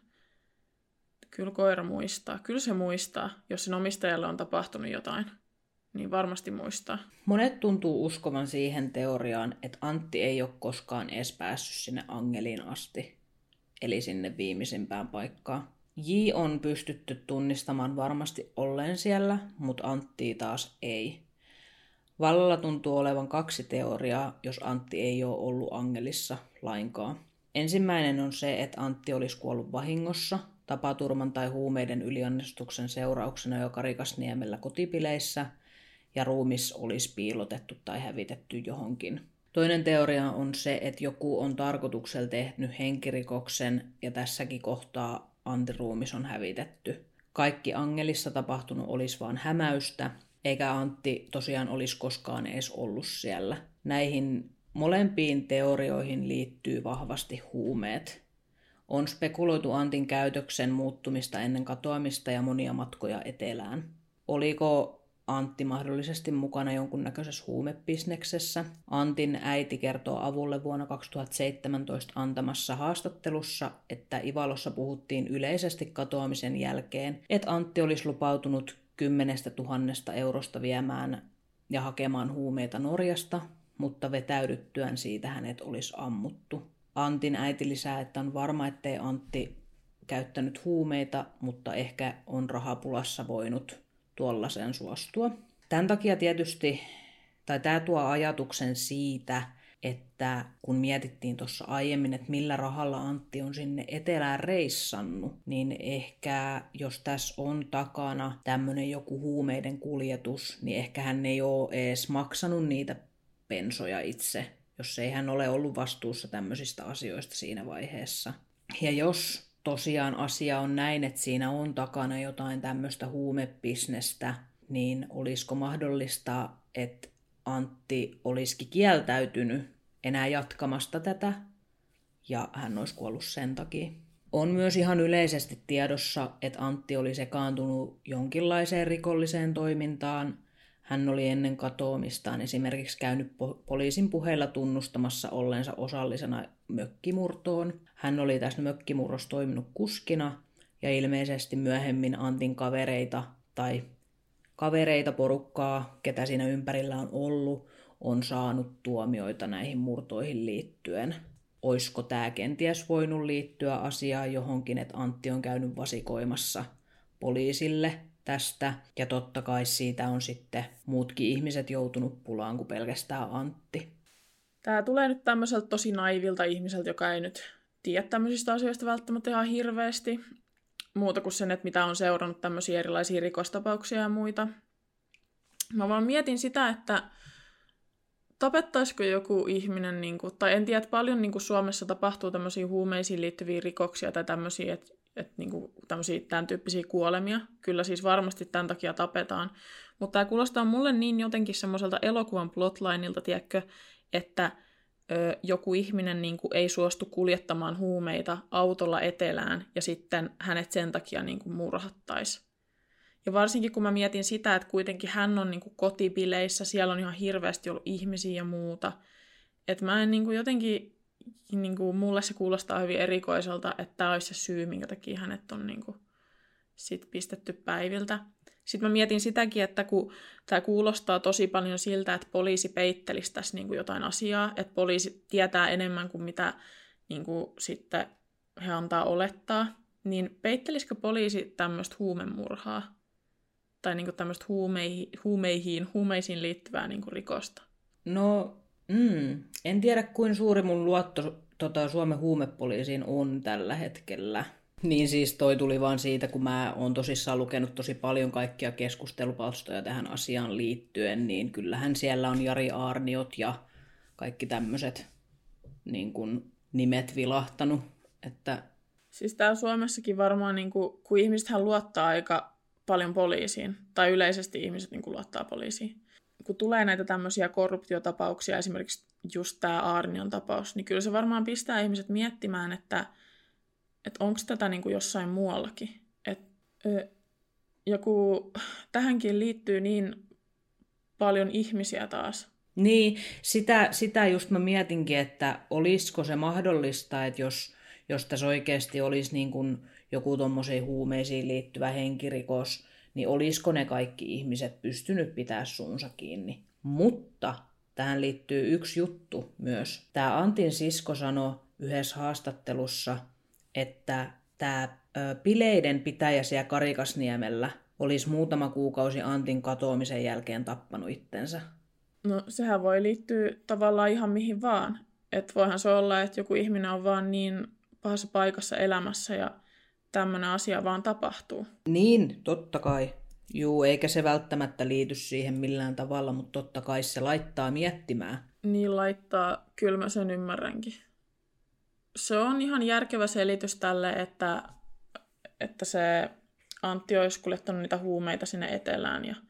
Kyllä koira muistaa. Kyllä se muistaa, jos sen omistajalle on tapahtunut jotain. Niin varmasti muistaa. Monet tuntuu uskovan siihen teoriaan, että Antti ei ole koskaan edes päässyt sinne Angeliin asti, eli sinne viimeisimpään paikkaan. J on pystytty tunnistamaan varmasti olleen siellä, mutta Antti taas ei. Vallalla tuntuu olevan kaksi teoriaa, jos Antti ei ole ollut Angelissa lainkaan. Ensimmäinen on se, että Antti olisi kuollut vahingossa, tapaturman tai huumeiden yliannostuksen seurauksena jo Karikasniemellä kotipileissä, ja ruumis olisi piilotettu tai hävitetty johonkin. Toinen teoria on se, että joku on tarkoituksella tehnyt henkirikoksen ja tässäkin kohtaa Antin ruumis on hävitetty. Kaikki Angelissa tapahtunut olisi vain hämäystä, eikä Antti tosiaan olisi koskaan edes ollut siellä. Näihin molempiin teorioihin liittyy vahvasti huumeet. On spekuloitu Antin käytöksen muuttumista ennen katoamista ja monia matkoja etelään. Oliko Antti mahdollisesti mukana jonkunnäköisessä huumebisneksessä? Antin äiti kertoo Avulle vuonna kaksituhattaseitsemäntoista antamassa haastattelussa, että Ivalossa puhuttiin yleisesti katoamisen jälkeen, että Antti olisi lupautunut kymmenestä tuhannesta eurosta viemään ja hakemaan huumeita Norjasta, mutta vetäydyttyään siitä hänet olisi ammuttu. Antin äiti lisää, että on varma, ettei Antti käyttänyt huumeita, mutta ehkä on rahapulassa voinut tuollaiseen suostua. Tämän takia tietysti, tai tämä tuo ajatuksen siitä, että kun mietittiin tuossa aiemmin, että millä rahalla Antti on sinne etelään reissannut, niin ehkä jos tässä on takana tämmöinen joku huumeiden kuljetus, niin ehkä hän ei ole edes maksanut niitä pensoja itse, jos ei hän ole ollut vastuussa tämmöisistä asioista siinä vaiheessa. Ja jos tosiaan asia on näin, että siinä on takana jotain tämmöistä huumebisnestä, niin olisiko mahdollista, että Antti olisikin kieltäytynyt enää jatkamasta tätä ja hän olisi kuollut sen takia. On myös ihan yleisesti tiedossa, että Antti oli sekaantunut jonkinlaiseen rikolliseen toimintaan. Hän oli ennen katoamistaan esimerkiksi käynyt po- poliisin puheilla tunnustamassa olleensa osallisena mökkimurtoon. Hän oli tässä mökkimurrossa toiminut kuskina ja ilmeisesti myöhemmin Antin kavereita tai kavereita porukkaa, ketä siinä ympärillä on ollut, on saanut tuomioita näihin murtoihin liittyen. Oisko tämä kenties voinut liittyä asiaan johonkin, että Antti on käynyt vasikoimassa poliisille tästä, ja totta kai siitä on sitten muutkin ihmiset joutunut pulaan kuin pelkästään Antti. Tämä tulee nyt tämmöiseltä tosi naivilta ihmiseltä, joka ei nyt tiedä tämmöisistä asioista välttämättä ihan hirveästi. Muuta kuin sen, että mitä on seurannut tämmöisiä erilaisia rikostapauksia ja muita. Mä vaan mietin sitä, että tapettaisiko joku ihminen, niin kuin, tai en tiedä, että paljon niin kuin Suomessa tapahtuu tämmöisiä huumeisiin liittyviä rikoksia tai tämmöisiä, että, että niin kuin, tämmöisiä tämän tyyppisiä kuolemia. Kyllä siis varmasti tämän takia tapetaan. Mutta tämä kuulostaa mulle niin jotenkin semmoiselta elokuvan plotlineilta, tiedätkö, että ö, joku ihminen niin kuin, ei suostu kuljettamaan huumeita autolla etelään ja sitten hänet sen takia niin kuin, murhattaisi. Ja varsinkin kun mä mietin sitä, että kuitenkin hän on niin kuin kotibileissä, siellä on ihan hirveästi ollut ihmisiä ja muuta. Että mä en niin kuin jotenkin, niin kuin mulle se kuulostaa hyvin erikoiselta, että tämä olisi se syy, minkä takia hänet on niin kuin sit pistetty päiviltä. Sitten mä mietin sitäkin, että kun tämä kuulostaa tosi paljon siltä, että poliisi peittelisi tässä niin kuin jotain asiaa, että poliisi tietää enemmän kuin mitä niin kuin sitten he antaa olettaa, niin peittelisikö poliisi tämmöistä huumemurhaa? Tai niinku tämmöistä huumeihin, huumeihin, huumeisiin liittyvää niinku rikosta? No, mm, en tiedä kuin suuri mun luotto tota, Suomen huumepoliisiin on tällä hetkellä. Niin siis toi tuli vaan siitä, kun mä oon tosissaan lukenut tosi paljon kaikkia keskustelupalstoja tähän asiaan liittyen, niin kyllähän siellä on Jari Aarniot ja kaikki tämmöiset niin kun nimet vilahtanut, että Siis täällä Suomessakin varmaan, niin kuin, kun ihmisethän luottaa aika paljon poliisiin, tai yleisesti ihmiset niin kuin, luottaa poliisiin. Kun tulee näitä tämmöisiä korruptiotapauksia, esimerkiksi just tämä Aarnion tapaus, niin kyllä se varmaan pistää ihmiset miettimään, että, että onko tätä niin kuin jossain muuallakin. Et, ja kun tähänkin liittyy niin paljon ihmisiä taas. Niin, sitä, sitä just mä mietinkin, että olisiko se mahdollista, että jos, jos tässä oikeasti olisi niin kuin joku tommoseen huumeisiin liittyvä henkirikos, niin olisiko ne kaikki ihmiset pystynyt pitää suunsa kiinni. Mutta tähän liittyy yksi juttu myös. Tämä Antin sisko sanoi yhdessä haastattelussa, että tämä bileiden pitäjä siellä Karikasniemellä olisi muutama kuukausi Antin katoamisen jälkeen tappanut itsensä. No sehän voi liittyä tavallaan ihan mihin vaan. Että voihan se olla, että joku ihminen on vaan niin pahassa paikassa elämässä ja tämmöinen asia vaan tapahtuu. Niin, totta kai. Juu, eikä se välttämättä liity siihen millään tavalla, mutta totta kai se laittaa miettimään. Niin laittaa, kyllä mä sen ymmärränkin. Se on ihan järkevä selitys tälle, että, että se Antti olisi kuljettanut niitä huumeita sinne etelään ja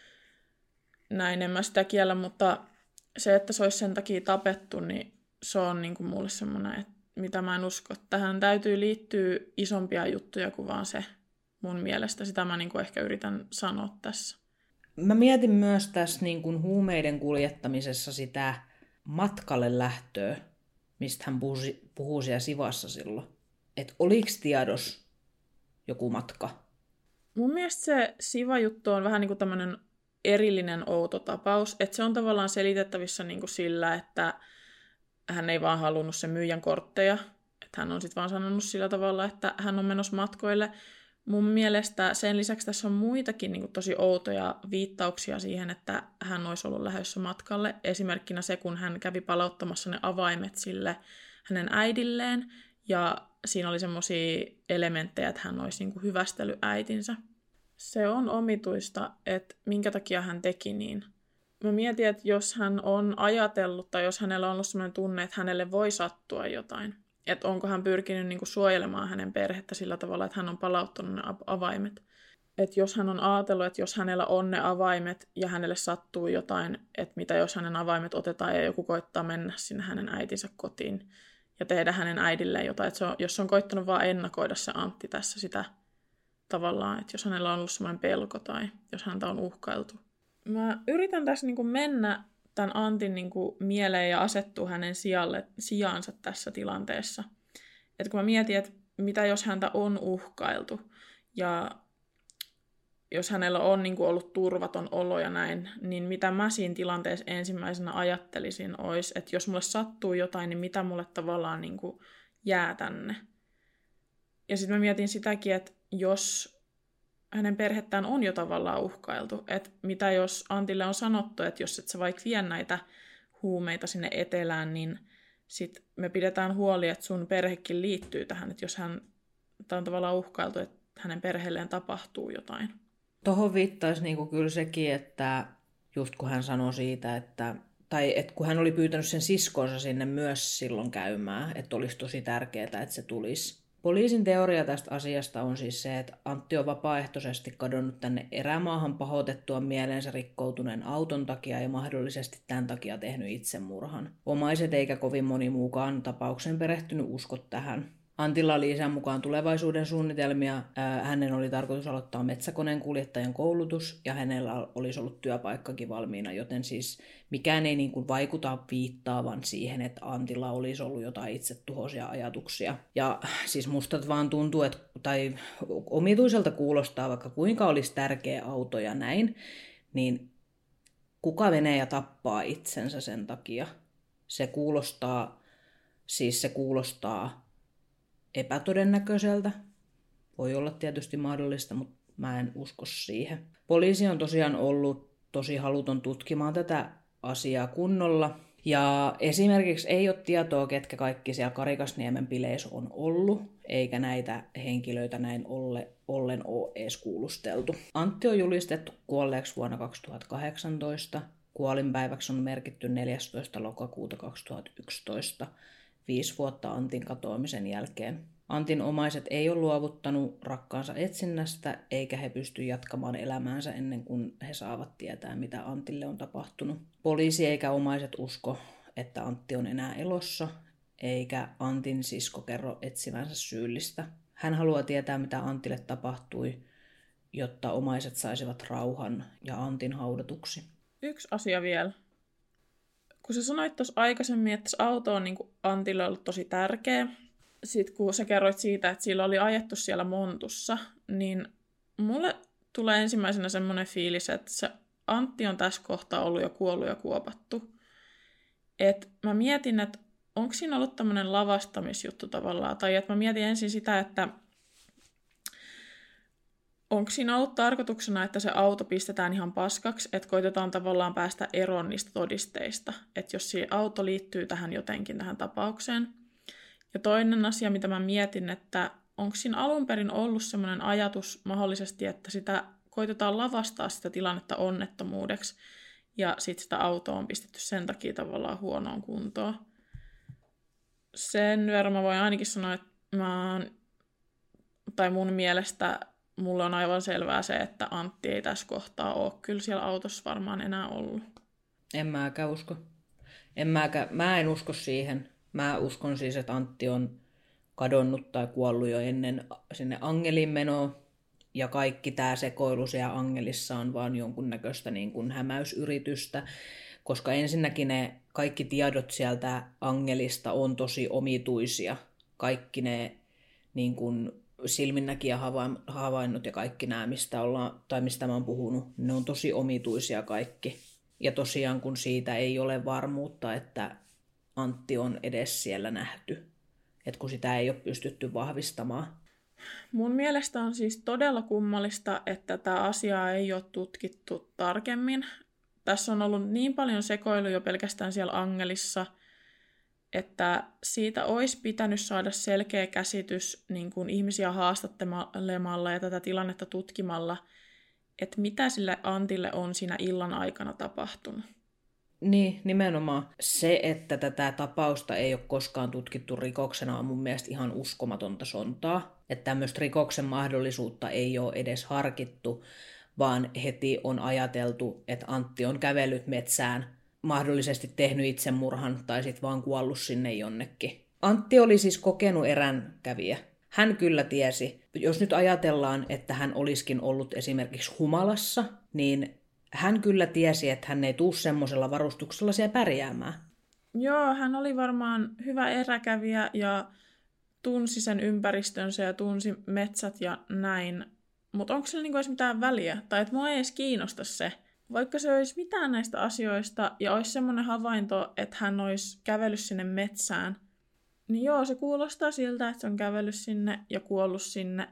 näin, en mä sitä kiellä, mutta se, että se olisi sen takia tapettu, niin se on niin kuin mulle semmoinen, että mitä mä en usko. Tähän täytyy liittyä isompia juttuja kuin vaan se mun mielestä. Sitä mä niin kuin ehkä yritän sanoa tässä. Mä mietin myös tässä niin kuin huumeiden kuljettamisessa sitä matkalle lähtöä, mistä hän puhui, puhui siellä Sivassa silloin. Että oliko tiedos joku matka? Mun mielestä se Siva-juttu on vähän niin kuin tämmöinen erillinen outo tapaus. Että se on tavallaan selitettävissä niin kuin sillä, että hän ei vaan halunnut sen myyjän kortteja. Että hän on sitten vaan sanonut sillä tavalla, että hän on menossa matkoille. Mun mielestä sen lisäksi tässä on muitakin niin kuin tosi outoja viittauksia siihen, että hän olisi ollut lähdössä matkalle. Esimerkkinä se, kun hän kävi palauttamassa ne avaimet sille hänen äidilleen. Ja siinä oli semmoisia elementtejä, että hän olisi niin kuin hyvästellyt äitinsä. Se on omituista, että minkä takia hän teki niin. Mä mietin, että jos hän on ajatellut tai jos hänellä on ollut sellainen tunne, että hänelle voi sattua jotain. Että onko hän pyrkinyt niinku suojelemaan hänen perhettä sillä tavalla, että hän on palauttanut ne avaimet. Että jos hän on ajatellut, että jos hänellä on ne avaimet ja hänelle sattuu jotain, että mitä jos hänen avaimet otetaan ja joku koittaa mennä sinne hänen äitinsä kotiin ja tehdä hänen äidilleen jotain. Että se on, jos se on koittanut vaan ennakoida se Antti tässä sitä tavallaan, että jos hänellä on ollut sellainen pelko tai jos häntä on uhkailtu. Mä yritän tässä niinku mennä tämän Antin niinku mieleen ja asettua hänen sijalle, sijaansa tässä tilanteessa. Et kun mä mietin, että mitä jos häntä on uhkailtu ja jos hänellä on niinku ollut turvaton olo ja näin, niin mitä mä siinä tilanteessa ensimmäisenä ajattelisin olisi, että jos mulle sattuu jotain, niin mitä mulle tavallaan niinku jää tänne. Ja sitten mä mietin sitäkin, että jos hänen perhettään on jo tavallaan uhkailtu. Että mitä jos Antille on sanottu, että jos et sä vaikka vie näitä huumeita sinne etelään, niin sit me pidetään huoli, että sun perhekin liittyy tähän. Että jos hän on tavallaan uhkailtu, että hänen perheelleen tapahtuu jotain. Tuohon viittaisi niinku kyllä sekin, että just kun hän sanoi siitä, että tai että kun hän oli pyytänyt sen siskonsa sinne myös silloin käymään, että olisi tosi tärkeää, että se tulisi. Poliisin teoria tästä asiasta on siis se, että Antti on vapaaehtoisesti kadonnut tänne erämaahan pahoitettua mieleensä rikkoutuneen auton takia ja mahdollisesti tämän takia tehnyt itsemurhan. Omaiset eikä kovin moni muukaan tapauksen perehtynyt usko tähän. Antilla oli isän mukaan tulevaisuuden suunnitelmia. Hänen oli tarkoitus aloittaa metsäkoneen kuljettajan koulutus ja hänellä olisi ollut työpaikkakin valmiina, joten siis mikään ei niin kuin vaikuta viittaavan siihen, että Antilla olisi ollut jotain itsetuhoisia ajatuksia. Ja siis musta vaan tuntuu, että, tai omituiselta kuulostaa, vaikka kuinka olisi tärkeä auto ja näin, niin kuka menee ja tappaa itsensä sen takia? Se kuulostaa, siis se kuulostaa epätodennäköiseltä. Voi olla tietysti mahdollista, mutta mä en usko siihen. Poliisi on tosiaan ollut tosi haluton tutkimaan tätä asiaa kunnolla. Ja esimerkiksi ei ole tietoa, ketkä kaikki siellä Karikasniemen bileissä on ollut, eikä näitä henkilöitä näin olle, ollen ole edes kuulusteltu. Antti on julistettu kuolleeksi vuonna kaksituhattakahdeksantoista. Kuolinpäiväksi on merkitty neljästoista lokakuuta kaksituhattayksitoista. Viisi vuotta Antin katoamisen jälkeen. Antin omaiset ei ole luovuttanut rakkaansa etsinnästä, eikä he pysty jatkamaan elämäänsä ennen kuin he saavat tietää, mitä Antille on tapahtunut. Poliisi eikä omaiset usko, että Antti on enää elossa, eikä Antin sisko kerro etsivänsä syyllistä. Hän haluaa tietää, mitä Antille tapahtui, jotta omaiset saisivat rauhan ja Antin haudatuksi. Yksi asia vielä. Kun sä sanoit tuossa aikaisemmin, että auto on niin kuin Antille ollut tosi tärkeä, sitten kun sä kerroit siitä, että sillä oli ajettu siellä Montussa, niin mulle tulee ensimmäisenä semmoinen fiilis, että se Antti on tässä kohtaa ollut jo kuollut ja kuopattu. Et mä mietin, että onko siinä ollut tämmöinen lavastamisjuttu tavallaan, tai että mä mietin ensin sitä, että onko siinä ollut tarkoituksena, että se auto pistetään ihan paskaksi, että koitetaan tavallaan päästä eroon niistä todisteista, että jos se auto liittyy tähän jotenkin, tähän tapaukseen. Ja toinen asia, mitä mä mietin, että onko siinä alun perin ollut semmoinen ajatus mahdollisesti, että sitä koitetaan lavastaa sitä tilannetta onnettomuudeksi, ja sitten sitä autoa on pistetty sen takia tavallaan huonoon kuntoon. Sen verran mä voin ainakin sanoa, että mä oon, tai mun mielestä mulle on aivan selvää se, että Antti ei tässä kohtaa ole kyllä siellä autossa varmaan enää ollut. En mäkään usko. En mäkään, mä en usko siihen. Mä uskon siis, että Antti on kadonnut tai kuollut jo ennen sinne Angelin menoa. Ja kaikki tämä sekoilu siellä Angelissa on vaan jonkunnäköistä niin kuin hämäysyritystä. Koska ensinnäkin ne kaikki tiedot sieltä Angelista on tosi omituisia. Kaikki ne niin kuin silminnäkijä havainnot ja kaikki nämä, mistä, ollaan, tai mistä mä oon puhunut, ne on tosi omituisia kaikki. Ja tosiaan kun siitä ei ole varmuutta, että Antti on edes siellä nähty. Että kun sitä ei ole pystytty vahvistamaan. Mun mielestä on siis todella kummallista, että tämä asia ei ole tutkittu tarkemmin. Tässä on ollut niin paljon sekoiluja jo pelkästään siellä Angelissa, että siitä olisi pitänyt saada selkeä käsitys niin kuin ihmisiä haastattelemalla ja tätä tilannetta tutkimalla, että mitä sille Antille on siinä illan aikana tapahtunut. Niin, nimenomaan. Se, että tätä tapausta ei ole koskaan tutkittu rikoksena, on mun mielestä ihan uskomatonta sontaa. Että tämmöistä rikoksen mahdollisuutta ei ole edes harkittu, vaan heti on ajateltu, että Antti on kävellyt metsään, mahdollisesti tehnyt itsemurhan tai sitten vaan kuollut sinne jonnekin. Antti oli siis kokenut eränkävijä. Hän kyllä tiesi, jos nyt ajatellaan, että hän olisikin ollut esimerkiksi humalassa, niin hän kyllä tiesi, että hän ei tule semmoisella varustuksella siellä pärjäämään. Joo, hän oli varmaan hyvä eräkävijä ja tunsi sen ympäristönsä ja tunsi metsät ja näin. Mutta onko sillä niinku edes mitään väliä? Tai että mua ei edes kiinnosta se. Vaikka se olisi mitään näistä asioista ja olisi semmoinen havainto, että hän olisi kävellyt sinne metsään, niin joo, se kuulostaa siltä, että se on kävellyt sinne ja kuollut sinne.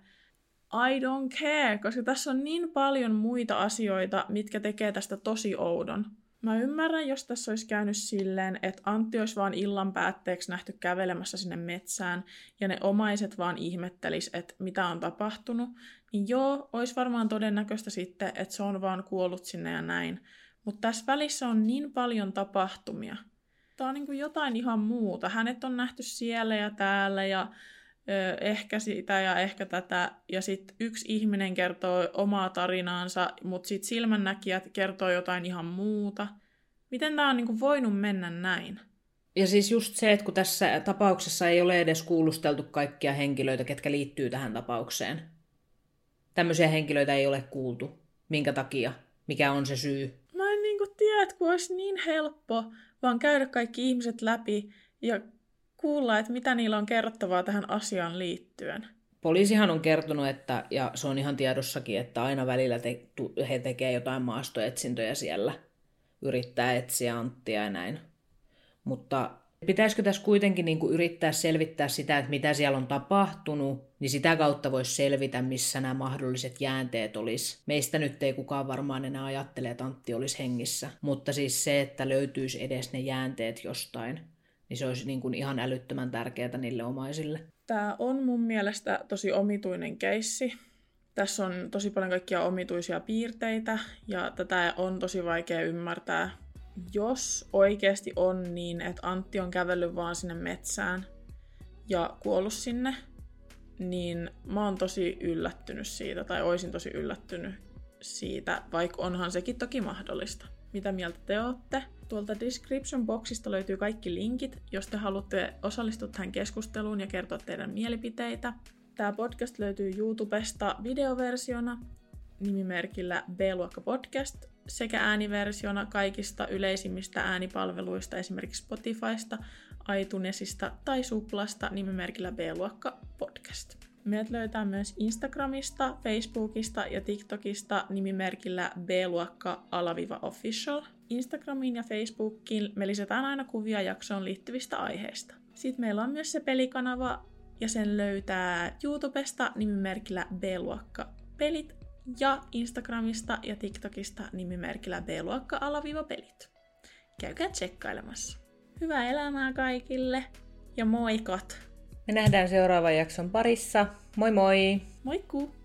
I don't care, koska tässä on niin paljon muita asioita, mitkä tekee tästä tosi oudon. Mä ymmärrän, jos tässä olisi käynyt silleen, että Antti olisi vaan illan päätteeksi nähty kävelemässä sinne metsään ja ne omaiset vaan ihmettelis, että mitä on tapahtunut, niin joo, olisi varmaan todennäköistä sitten, että se on vaan kuollut sinne ja näin. Mutta tässä välissä on niin paljon tapahtumia. Tämä on niin kuin jotain ihan muuta. Hänet on nähty siellä ja täällä ja ö, ehkä sitä ja ehkä tätä. Ja sitten yksi ihminen kertoo omaa tarinaansa, mutta sitten silmännäkijät kertoo jotain ihan muuta. Miten tämä on niin kuin voinut mennä näin? Ja siis just se, että kun tässä tapauksessa ei ole edes kuulusteltu kaikkia henkilöitä, ketkä liittyy tähän tapaukseen. Tämmöisiä henkilöitä ei ole kuultu. Minkä takia? Mikä on se syy? Mä en niinku tiedä, että kun olisi niin helppo vaan käydä kaikki ihmiset läpi ja kuulla, että mitä niillä on kerrottavaa tähän asiaan liittyen. Poliisihan on kertonut, että, ja se on ihan tiedossakin, että aina välillä te, he tekee jotain maastoetsintöjä siellä. Yrittää etsiä Anttia ja näin. Mutta pitäisikö tässä kuitenkin niin kuin yrittää selvittää sitä, että mitä siellä on tapahtunut, niin sitä kautta voisi selvitä, missä nämä mahdolliset jäänteet olisi. Meistä nyt ei kukaan varmaan enää ajattele, että Antti olisi hengissä, mutta siis se, että löytyisi edes ne jäänteet jostain, niin se olisi niin kuin ihan älyttömän tärkeää niille omaisille. Tämä on mun mielestä tosi omituinen keissi. Tässä on tosi paljon kaikkia omituisia piirteitä ja tätä on tosi vaikea ymmärtää. Jos oikeasti on niin, että Antti on kävellyt vaan sinne metsään ja kuollut sinne, niin mä oon tosi yllättynyt siitä, tai oisin tosi yllättynyt siitä, vaikka onhan sekin toki mahdollista. Mitä mieltä te ootte? Tuolta description boxista löytyy kaikki linkit, jos te haluatte osallistua tähän keskusteluun ja kertoa teidän mielipiteitä. Tämä podcast löytyy YouTubesta videoversiona nimimerkillä B-luokka podcast sekä ääniversiona kaikista yleisimmistä äänipalveluista, esimerkiksi Spotifysta, iTunesista tai Suplasta nimimerkillä B-luokka podcast. Meidät löytää myös Instagramista, Facebookista ja TikTokista nimimerkillä B-luokka-official. Instagramiin ja Facebookiin me lisätään aina kuvia jaksoon liittyvistä aiheista. Sitten meillä on myös se pelikanava ja sen löytää YouTubesta nimimerkillä B-luokka-pelit ja Instagramista ja TikTokista nimimerkillä B-luokka-pelit. Käykää tsekkailemassa. Hyvää elämää kaikille ja moikat! Me nähdään seuraavan jakson parissa. Moi moi! Moikkuu!